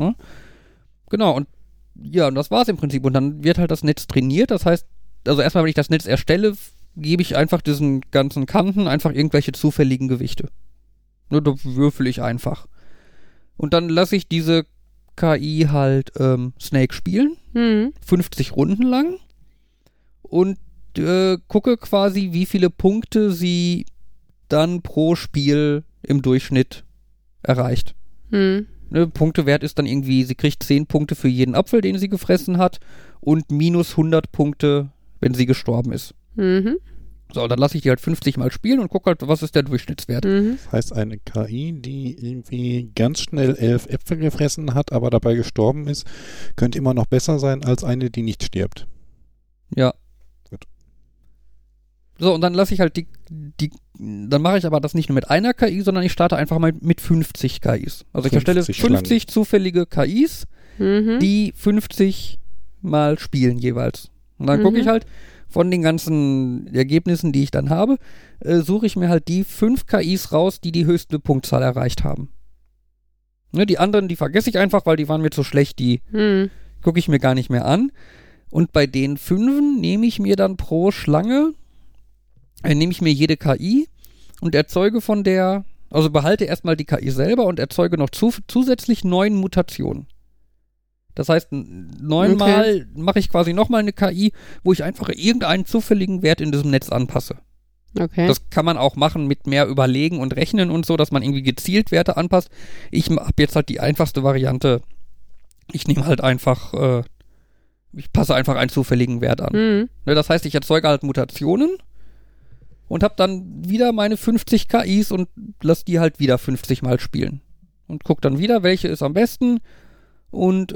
Genau, und ja, und das war's im Prinzip. Und dann wird halt das Netz trainiert. Das heißt, also erstmal, wenn ich das Netz erstelle, gebe ich einfach diesen ganzen Kanten einfach irgendwelche zufälligen Gewichte. Nur da würfel ich einfach. Und dann lasse ich diese KI halt Snake spielen. Mhm. 50 Runden lang. Und gucke quasi, wie viele Punkte sie dann pro Spiel im Durchschnitt erreicht. Mhm. Ne, Punktewert ist dann irgendwie, sie kriegt 10 Punkte für jeden Apfel, den sie gefressen hat und minus 100 Punkte, wenn sie gestorben ist. Mhm. So, dann lasse ich die halt 50 Mal spielen und gucke halt, was ist der Durchschnittswert. Mhm. Das heißt, eine KI, die irgendwie ganz schnell 11 Äpfel gefressen hat, aber dabei gestorben ist, könnte immer noch besser sein als eine, die nicht stirbt. Ja. Gut. So, und dann lasse ich halt dann mache ich aber das nicht nur mit einer KI, sondern ich starte einfach mal mit 50 KIs. Also ich erstelle 50 zufällige KIs, Mhm. die 50 Mal spielen jeweils. Und dann gucke ich halt von den ganzen Ergebnissen, die ich dann habe, suche ich mir halt die 5 KIs raus, die die höchste Punktzahl erreicht haben. Ne, die anderen, die vergesse ich einfach, weil die waren mir zu schlecht, die Mhm. gucke ich mir gar nicht mehr an. Und bei den 5 nehme ich mir dann pro Schlange, nehme ich mir jede KI und erzeuge von der, also behalte erstmal die KI selber und erzeuge noch zusätzlich 9 Mutationen. Das heißt, 9 Mal mache ich quasi nochmal eine KI, wo ich einfach irgendeinen zufälligen Wert in diesem Netz anpasse. Okay. Das kann man auch machen mit mehr Überlegen und Rechnen und so, dass man irgendwie gezielt Werte anpasst. Ich habe jetzt halt die einfachste Variante. Ich nehme halt einfach, ich passe einfach einen zufälligen Wert an. Mhm. Ne, das heißt, ich erzeuge halt Mutationen und habe dann wieder meine 50 KIs und lasse die halt wieder 50 Mal spielen. Und gucke dann wieder, welche ist am besten. Und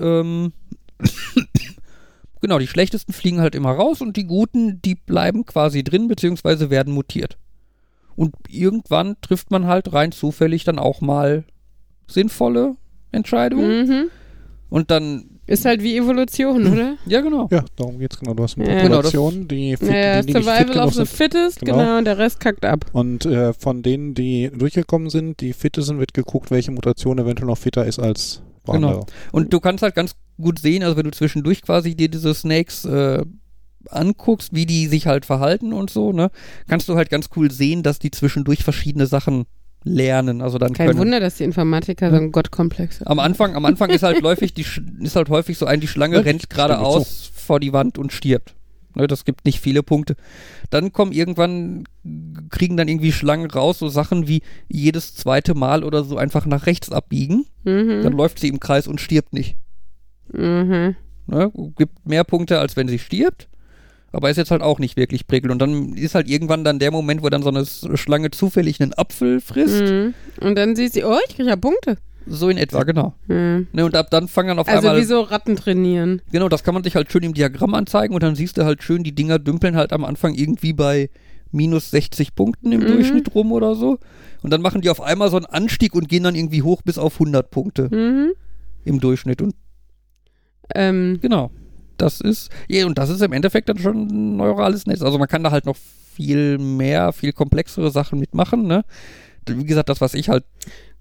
genau, die schlechtesten fliegen halt immer raus und die guten, die bleiben quasi drin, beziehungsweise werden mutiert. Und irgendwann trifft man halt rein zufällig dann auch mal sinnvolle Entscheidungen. Mhm. Und dann, Ist halt wie Evolution, oder? ja genau. Ja, darum geht's genau. Du hast eine Ja. Population, die Naja, die nicht fit Survival genug of the sind. Fittest, Genau. genau, und der Rest kackt ab. Und von denen, die durchgekommen sind, die fit sind, wird geguckt, welche Mutation eventuell noch fitter ist als andere. Genau. Und du kannst halt ganz gut sehen, also wenn du zwischendurch quasi dir diese Snakes anguckst, wie die sich halt verhalten und so, ne, kannst du halt ganz cool sehen, dass die zwischendurch verschiedene Sachen lernen. Also dann Kein Wunder, dass die Informatiker so einen Gottkomplex haben. Am Anfang ist halt häufig so die Schlange Ja, rennt geradeaus vor die Wand und stirbt. Ne, das gibt nicht viele Punkte. Dann kriegen dann irgendwie Schlangen raus, so Sachen wie jedes zweite Mal oder so einfach nach rechts abbiegen. Dann Mhm. läuft sie im Kreis und stirbt nicht. Mhm. Ne, gibt mehr Punkte, als wenn sie stirbt. Aber ist jetzt halt auch nicht wirklich prickelnd. Und dann ist halt irgendwann dann der Moment, wo dann so eine Schlange zufällig einen Apfel frisst. Mhm. Und dann sieht sie, oh, ich kriege ja Punkte. So in etwa, genau. Mhm. Ne, und ab dann fangen dann auf Also einmal... wie so Ratten trainieren. Genau, das kann man sich halt schön im Diagramm anzeigen und dann siehst du halt schön, die Dinger dümpeln halt am Anfang irgendwie bei minus 60 Punkten im Durchschnitt rum oder so. Und dann machen die auf einmal so einen Anstieg und gehen dann irgendwie hoch bis auf 100 Punkte Mhm. im Durchschnitt. Und genau, das ist im Endeffekt dann schon ein neurales Netz. Also man kann da halt noch viel komplexere Sachen mitmachen, ne? Wie gesagt, das, was ich halt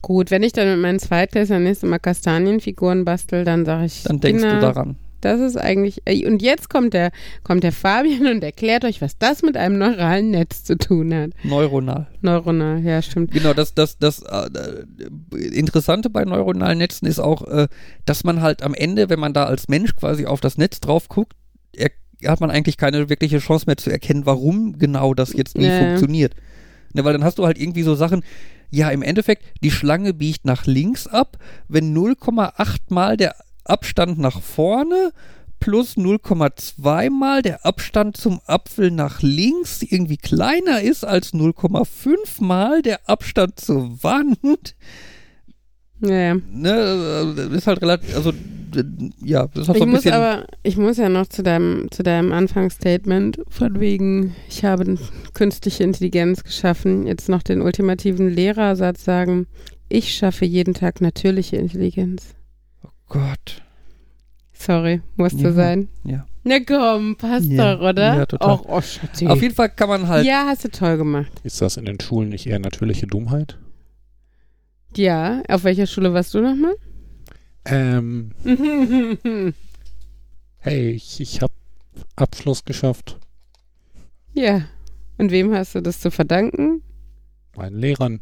Gut, wenn ich dann mit meinen Zweitklässlern nächstes Mal Kastanienfiguren bastel, dann sage ich, Dann denkst du daran. Das ist eigentlich, und jetzt kommt der Fabian und erklärt euch, was das mit einem neuralen Netz zu tun hat. Neuronal. Neuronal, ja, stimmt. Genau, das Interessante bei neuronalen Netzen ist auch, dass man halt am Ende, wenn man da als Mensch quasi auf das Netz drauf guckt, hat man eigentlich keine wirkliche Chance mehr zu erkennen, warum genau das jetzt nie funktioniert. Ne, weil dann hast du halt irgendwie so Sachen, ja, im Endeffekt, die Schlange biegt nach links ab, wenn 0,8 mal der Abstand nach vorne plus 0,2 mal der Abstand zum Apfel nach links irgendwie kleiner ist als 0,5 mal der Abstand zur Wand. Ja. Ne, das ist halt relativ, also ja, das ist auch so ein bisschen. Ich muss ja noch zu deinem Anfangsstatement von wegen, ich habe künstliche Intelligenz geschaffen, jetzt noch den ultimativen Lehrersatz sagen, ich schaffe jeden Tag natürliche Intelligenz. Gott. Sorry, musste sein. Ja. Na komm, passt doch, oder? Ja, total. Oh, Schatzi. Auf jeden Fall kann man halt. Ja, hast du toll gemacht. Ist das in den Schulen nicht eher natürliche Dummheit? Ja, auf welcher Schule warst du nochmal? Hey, ich habe Abschluss geschafft. Ja. Und wem hast du das zu verdanken? Meinen Lehrern.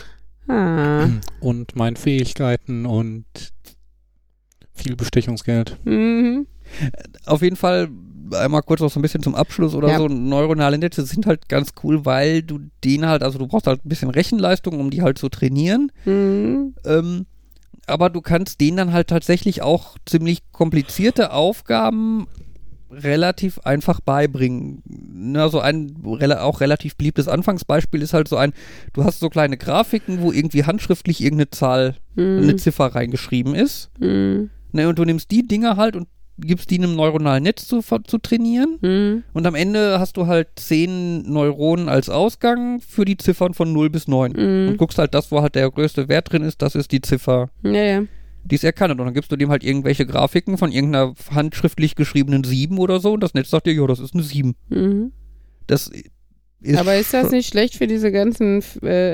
Und meinen Fähigkeiten und viel Bestechungsgeld. Mhm. Auf jeden Fall einmal kurz noch so ein bisschen zum Abschluss oder so. Neuronale Netze sind halt ganz cool, weil du denen halt, also du brauchst halt ein bisschen Rechenleistung, um die halt zu trainieren. Mhm. Aber du kannst denen dann halt tatsächlich auch ziemlich komplizierte Aufgaben relativ einfach beibringen. Na, so ein auch relativ beliebtes Anfangsbeispiel ist halt so du hast so kleine Grafiken, wo irgendwie handschriftlich irgendeine Zahl, eine Ziffer reingeschrieben ist. Mhm. Ne, und du nimmst die Dinger halt und gibst die einem neuronalen Netz zu trainieren. Mhm. Und am Ende hast du halt 10 Neuronen als Ausgang für die Ziffern von 0 bis 9. Und guckst halt das, wo halt der größte Wert drin ist, das ist die Ziffer, Ja. die es erkannt. Und dann gibst du dem halt irgendwelche Grafiken von irgendeiner handschriftlich geschriebenen 7 oder so und das Netz sagt dir, ja, das ist eine 7. Mhm. Das ist Aber ist das nicht schlecht für diese ganzen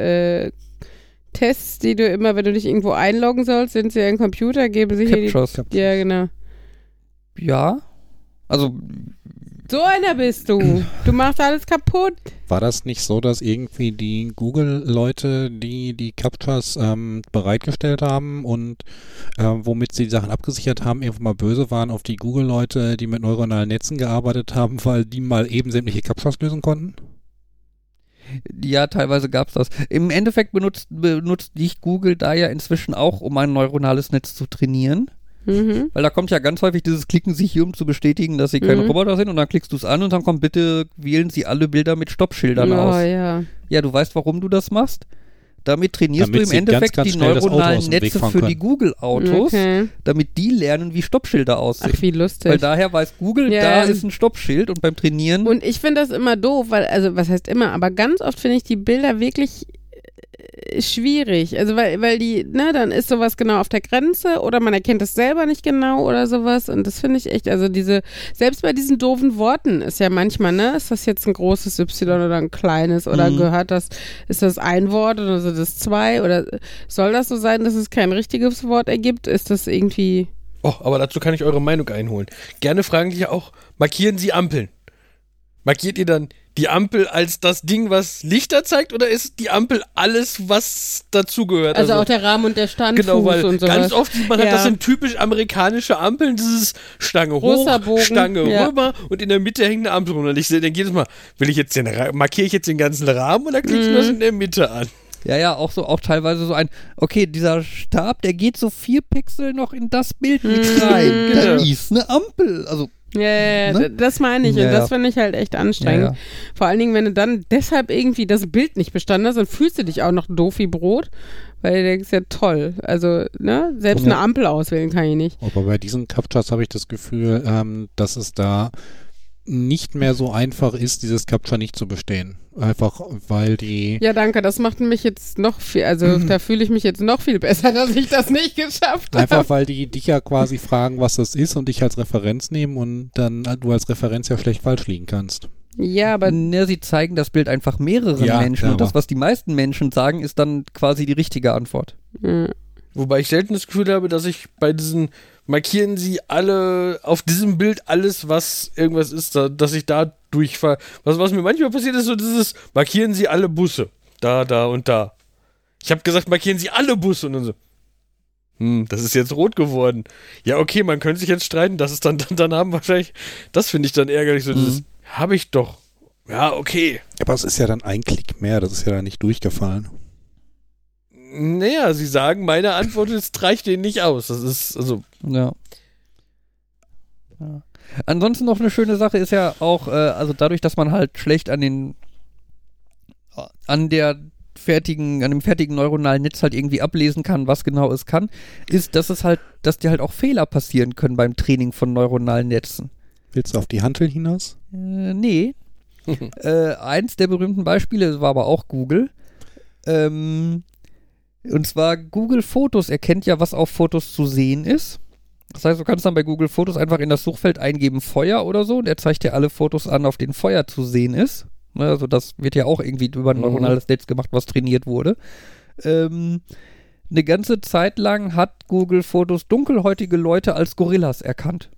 Tests, die du immer, wenn du dich irgendwo einloggen sollst, sind sie ja im Computer, geben sie hier Captchas. Ja, genau. Ja, also So einer bist du. Du machst alles kaputt. War das nicht so, dass irgendwie die Google-Leute die Captchas bereitgestellt haben und womit sie die Sachen abgesichert haben, irgendwann mal böse waren auf die Google-Leute, die mit neuronalen Netzen gearbeitet haben, weil die mal eben sämtliche Captchas lösen konnten? ja, teilweise gab es das. Im Endeffekt benutzt dich Google da ja inzwischen auch, um ein neuronales Netz zu trainieren. Mhm. Weil da kommt ja ganz häufig dieses Klicken Sie hier, um zu bestätigen, dass Sie kein Roboter sind und dann klickst du es an und dann kommt bitte, wählen Sie alle Bilder mit Stoppschildern aus. Ja. Ja, du weißt, warum du das machst? Damit trainierst Damit du im sie Endeffekt ganz die schnell das Auto neuronalen aus dem Weg Netze fahren für die können. Google-Autos, Okay. damit die lernen, wie Stoppschilder aussehen. Ach, wie lustig. Weil daher weiß Google, Ja. da ist ein Stoppschild und beim Trainieren. Und ich finde das immer doof, weil, also was heißt immer, aber ganz oft finde ich die Bilder wirklich schwierig. Also weil die, ne, dann ist sowas genau auf der Grenze oder man erkennt es selber nicht genau oder sowas und das finde ich echt, also selbst bei diesen doofen Worten ist ja manchmal, ne, ist das jetzt ein großes Y oder ein kleines oder ist das ein Wort oder sind das zwei oder soll das so sein, dass es kein richtiges Wort ergibt? Ist das irgendwie... Oh, aber dazu kann ich eure Meinung einholen. Gerne fragen die ja auch, markieren Sie Ampeln? Markiert ihr dann die Ampel als das Ding, was Lichter zeigt, oder ist die Ampel alles, was dazugehört? Also auch der Rahmen und der Standfuß genau, weil und sowas. ganz oft sieht man halt, das sind typisch amerikanische Ampeln, dieses Stange Großer hoch, Bogen, Stange ja. rüber und in der Mitte hängt eine Ampel runter. Und ich denke jedes Mal, markiere ich jetzt den ganzen Rahmen oder klicke ich nur das in der Mitte an? Ja, auch teilweise so okay, dieser Stab, der geht so 4 Pixel noch in das Bild mit rein. Da ist eine Ampel. Also, Ja, ne? Das meine ich und das finde ich halt echt anstrengend. Ja. Vor allen Dingen, wenn du dann deshalb irgendwie das Bild nicht bestanden hast, dann fühlst du dich auch noch doof wie Brot, weil du denkst, ja toll, also ne, selbst eine Ampel auswählen kann ich nicht. Aber bei diesen Captchas habe ich das Gefühl, dass es da nicht mehr so einfach ist, dieses Captcha nicht zu bestehen. Einfach, weil die... Ja, danke, das macht mich jetzt noch viel, also da fühle ich mich jetzt noch viel besser, dass ich das nicht geschafft habe. Einfach, weil die dich ja quasi fragen, was das ist und dich als Referenz nehmen und dann du als Referenz ja schlecht falsch liegen kannst. Ja, aber... Ne, sie zeigen das Bild einfach mehreren Ja, Menschen. Und aber- das, was die meisten Menschen sagen, ist dann quasi die richtige Antwort. Ja. Wobei ich selten das Gefühl habe, dass ich bei diesen markieren Sie alle auf diesem Bild alles, was irgendwas ist, dass ich da durchfahre. Was mir manchmal passiert, ist so dieses markieren Sie alle Busse. Da und da. Ich habe gesagt, markieren Sie alle Busse und dann so. Das ist jetzt rot geworden. Ja, okay, man könnte sich jetzt streiten, das ist dann haben wahrscheinlich, das finde ich dann ärgerlich, so dieses, habe ich doch. Ja, okay. Aber es ist ja dann ein Klick mehr, das ist ja dann nicht durchgefallen. Naja, sie sagen, meine Antwort ist, reicht denen nicht aus. Das ist, also. Ja. Ansonsten noch eine schöne Sache ist ja auch, also dadurch, dass man halt schlecht an dem fertigen neuronalen Netz halt irgendwie ablesen kann, was genau es kann, ist, dass dir halt auch Fehler passieren können beim Training von neuronalen Netzen. Willst du auf die Hanteln hinaus? Nee. Eins der berühmten Beispiele war aber auch Google. Und zwar Google Fotos erkennt ja, was auf Fotos zu sehen ist. Das heißt, du kannst dann bei Google Fotos einfach in das Suchfeld eingeben Feuer oder so und er zeigt dir alle Fotos an, auf denen Feuer zu sehen ist. Also das wird ja auch irgendwie über ein neuronales Netz gemacht, was trainiert wurde. Eine ganze Zeit lang hat Google Fotos dunkelhäutige Leute als Gorillas erkannt.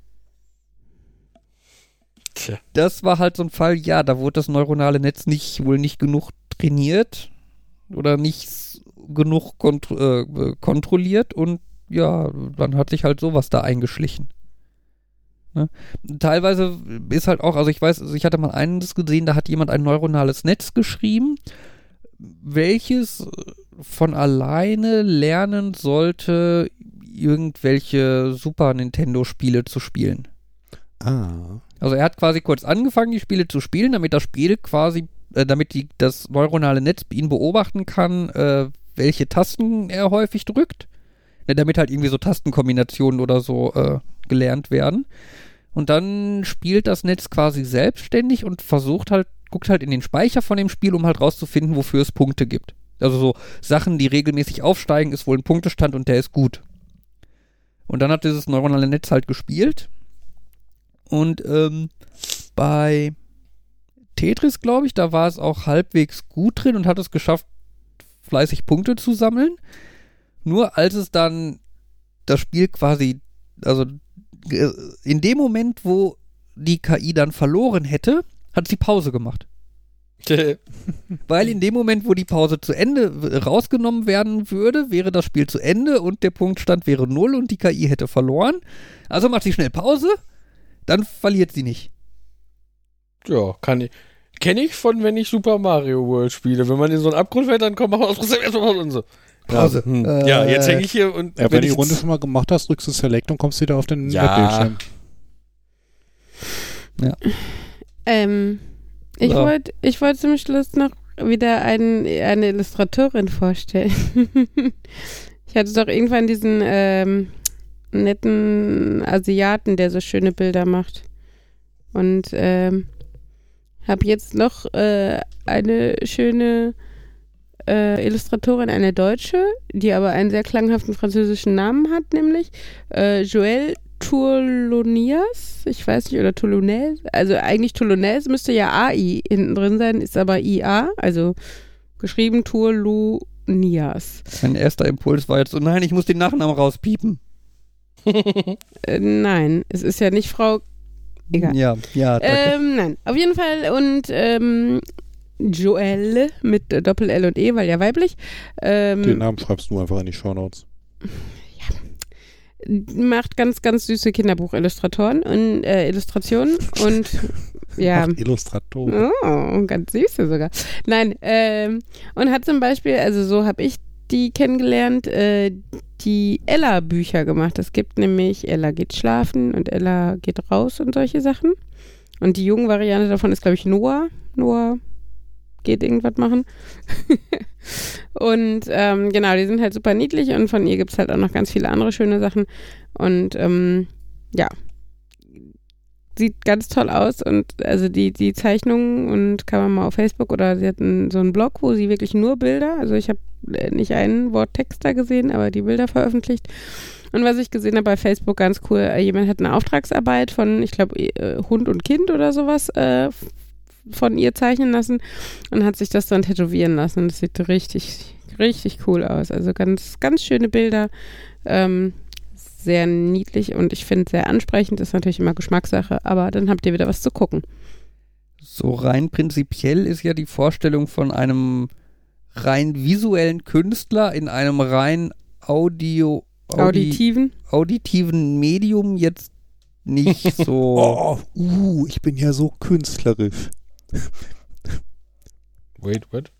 Tja. Das war halt so ein Fall, ja, da wurde das neuronale Netz wohl nicht genug trainiert oder nicht genug kontrolliert und ja, dann hat sich halt sowas da eingeschlichen. Ne? Teilweise ist halt auch, also ich weiß, ich hatte mal eines gesehen, da hat jemand ein neuronales Netz geschrieben, welches von alleine lernen sollte, irgendwelche Super Nintendo-Spiele zu spielen. Also er hat quasi kurz angefangen, die Spiele zu spielen, damit das Spiel quasi, das neuronale Netz ihn beobachten kann, welche Tasten er häufig drückt, damit halt irgendwie so Tastenkombinationen oder so gelernt werden. Und dann spielt das Netz quasi selbstständig und guckt halt in den Speicher von dem Spiel, um halt rauszufinden, wofür es Punkte gibt. Also so Sachen, die regelmäßig aufsteigen, ist wohl ein Punktestand und der ist gut. Und dann hat dieses neuronale Netz halt gespielt. Und bei Tetris, glaube ich, da war es auch halbwegs gut drin und hat es geschafft, fleißig Punkte zu sammeln. Nur als es dann das Spiel quasi, also in dem Moment, wo die KI dann verloren hätte, hat sie Pause gemacht. Weil in dem Moment, wo die Pause zu Ende rausgenommen werden würde, wäre das Spiel zu Ende und der Punktstand wäre 0 und die KI hätte verloren. Also macht sie schnell Pause, dann verliert sie nicht. Ja, kenne ich von, wenn ich Super Mario World spiele. Wenn man in so einen Abgrund fällt, dann kommt man aus erstmal und so. Pause. Ja, jetzt hänge ich hier und... Ja, wenn du die Runde schon mal gemacht hast, drückst du Select und kommst wieder auf den Ja. Bildschirm. Ja. Ich wollte zum Schluss noch wieder eine Illustratorin vorstellen. Ich hatte doch irgendwann diesen netten Asiaten, der so schöne Bilder macht. Und habe jetzt noch eine schöne Illustratorin, eine Deutsche, die aber einen sehr klanghaften französischen Namen hat, nämlich Joëlle Toulonias, ich weiß nicht, oder Toulonnaise, also eigentlich Toulonnaise müsste ja AI hinten drin sein, ist aber IA, also geschrieben Toulonias. Mein erster Impuls war jetzt so, nein, ich muss den Nachnamen rauspiepen. Nein, es ist ja nicht Frau... Egal. Ja, nein, auf jeden Fall und Joëlle mit Doppel-L und E, weil ja weiblich. Den Namen schreibst du einfach in die Shownotes. Macht ganz, ganz süße Kinderbuchillustrationen und Illustrationen und ja. Macht Illustratoren. Oh, ganz süße sogar. Nein, und hat zum Beispiel, also so habe ich die kennengelernt, die Ella-Bücher gemacht. Es gibt nämlich Ella geht schlafen und Ella geht raus und solche Sachen. Und die Jugendvariante davon ist, glaube ich, Noah. Noah geht irgendwas machen. Und genau, die sind halt super niedlich und von ihr gibt es halt auch noch ganz viele andere schöne Sachen. Und ja, sieht ganz toll aus und also die Zeichnungen und kann man mal auf Facebook oder sie hat so einen Blog, wo sie wirklich nur Bilder, also ich habe nicht ein Wort Text da gesehen, aber die Bilder veröffentlicht. Und was ich gesehen habe bei Facebook, ganz cool, jemand hat eine Auftragsarbeit von, ich glaube, Hund und Kind oder sowas von ihr zeichnen lassen und hat sich das dann tätowieren lassen. Das sieht richtig, richtig cool aus. Also ganz, ganz schöne Bilder. Sehr niedlich und ich finde sehr ansprechend. Ist natürlich immer Geschmackssache, aber dann habt ihr wieder was zu gucken. So rein prinzipiell ist ja die Vorstellung von einem rein visuellen Künstler in einem rein auditiven Medium jetzt nicht so. Ich bin ja so künstlerisch. Wait, what?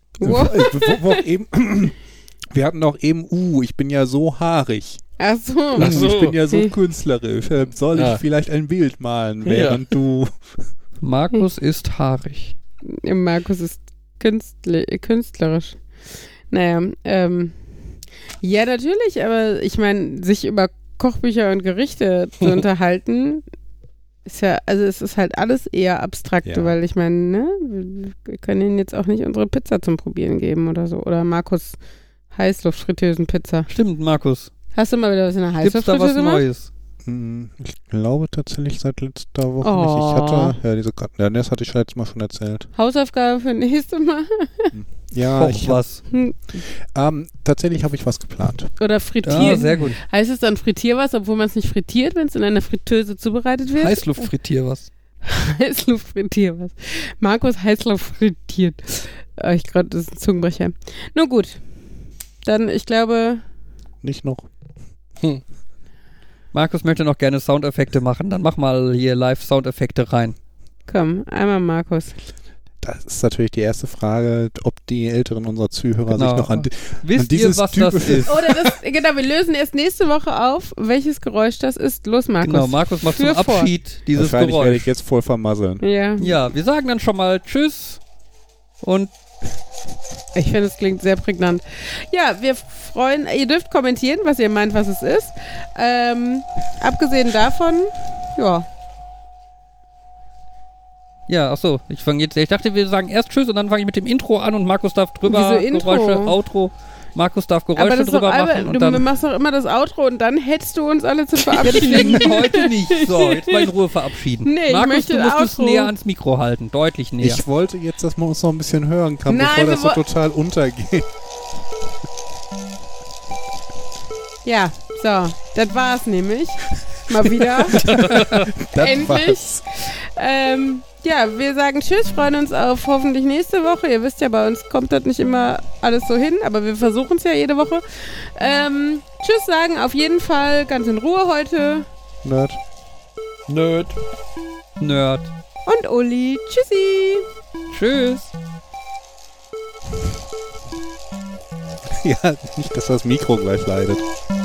Wir hatten doch eben, ich bin ja so haarig. Ach so. Also ich bin ja so künstlerisch. Soll ich vielleicht ein Bild malen, während du... Markus ist haarig. Markus ist künstlerisch. Naja, ja, natürlich, aber ich meine, sich über Kochbücher und Gerichte zu unterhalten, ist ja, also es ist halt alles eher abstrakte, weil ich meine, ne, wir können ihnen jetzt auch nicht unsere Pizza zum Probieren geben oder so. Oder Markus Heißluftfritteusen-Pizza. Stimmt, Markus. Hast du mal wieder was in der Gibt's da was Heißluftfritteuse gemacht? Neues? Ich glaube tatsächlich seit letzter Woche nicht. Ich hatte, das hatte ich letztes Mal schon erzählt. Hausaufgabe für nächstes Mal? Ja, was. Tatsächlich habe ich was geplant. Oder frittieren. Ja, sehr gut. Heißt es dann Frittierwas, obwohl man es nicht frittiert, wenn es in einer Fritteuse zubereitet wird? Heißluftfrittier-was. Heißluftfrittierwas. Markus Heißluft frittiert. Ich glaube, das ist ein Zungenbrecher. Nun gut. Dann, ich glaube... Nicht noch. Markus möchte noch gerne Soundeffekte machen. Dann mach mal hier Live-Soundeffekte rein. Komm, einmal Markus. Das ist natürlich die erste Frage, ob die Älteren unserer Zuhörer sich noch an Wisst dieses ihr, was das ist? Oder genau, wir lösen erst nächste Woche auf, welches Geräusch das ist. Los, Markus. Genau, Markus macht zum Abschied dieses Wahrscheinlich werde ich Geräusch. jetzt voll vermasseln. Ja. Ja, wir sagen dann schon mal Tschüss und Ich finde, es klingt sehr prägnant. Ja, wir freuen, ihr dürft kommentieren, was ihr meint, was es ist. Abgesehen davon, ja. ja, achso, ich dachte, wir sagen erst Tschüss und dann fange ich mit dem Intro an und Markus darf drüber Wieso Intro? Geräusche, Outro. Markus darf Aber Geräusche das ist doch drüber machen und du dann machst doch immer das Outro und dann hättest du uns alle zu ja, verabschieden. deswegen heute nicht. So, jetzt mal in Ruhe verabschieden. Nee, ich Markus, möchte du musst es Outro. näher ans Mikro halten, deutlich näher. Ich wollte jetzt, dass man uns noch ein bisschen hören kann, Nein, bevor das so wir total untergeht. Ja, so, das war's nämlich. Mal wieder. Das Endlich. war's. Ja, wir sagen Tschüss, freuen uns auf hoffentlich nächste Woche. Ihr wisst ja, bei uns kommt das nicht immer alles so hin, aber wir versuchen es ja jede Woche. Tschüss sagen auf jeden Fall ganz in Ruhe heute. Nerd. Nerd. Und Uli. Tschüssi. Tschüss. Ja, nicht, dass das Mikro gleich leidet.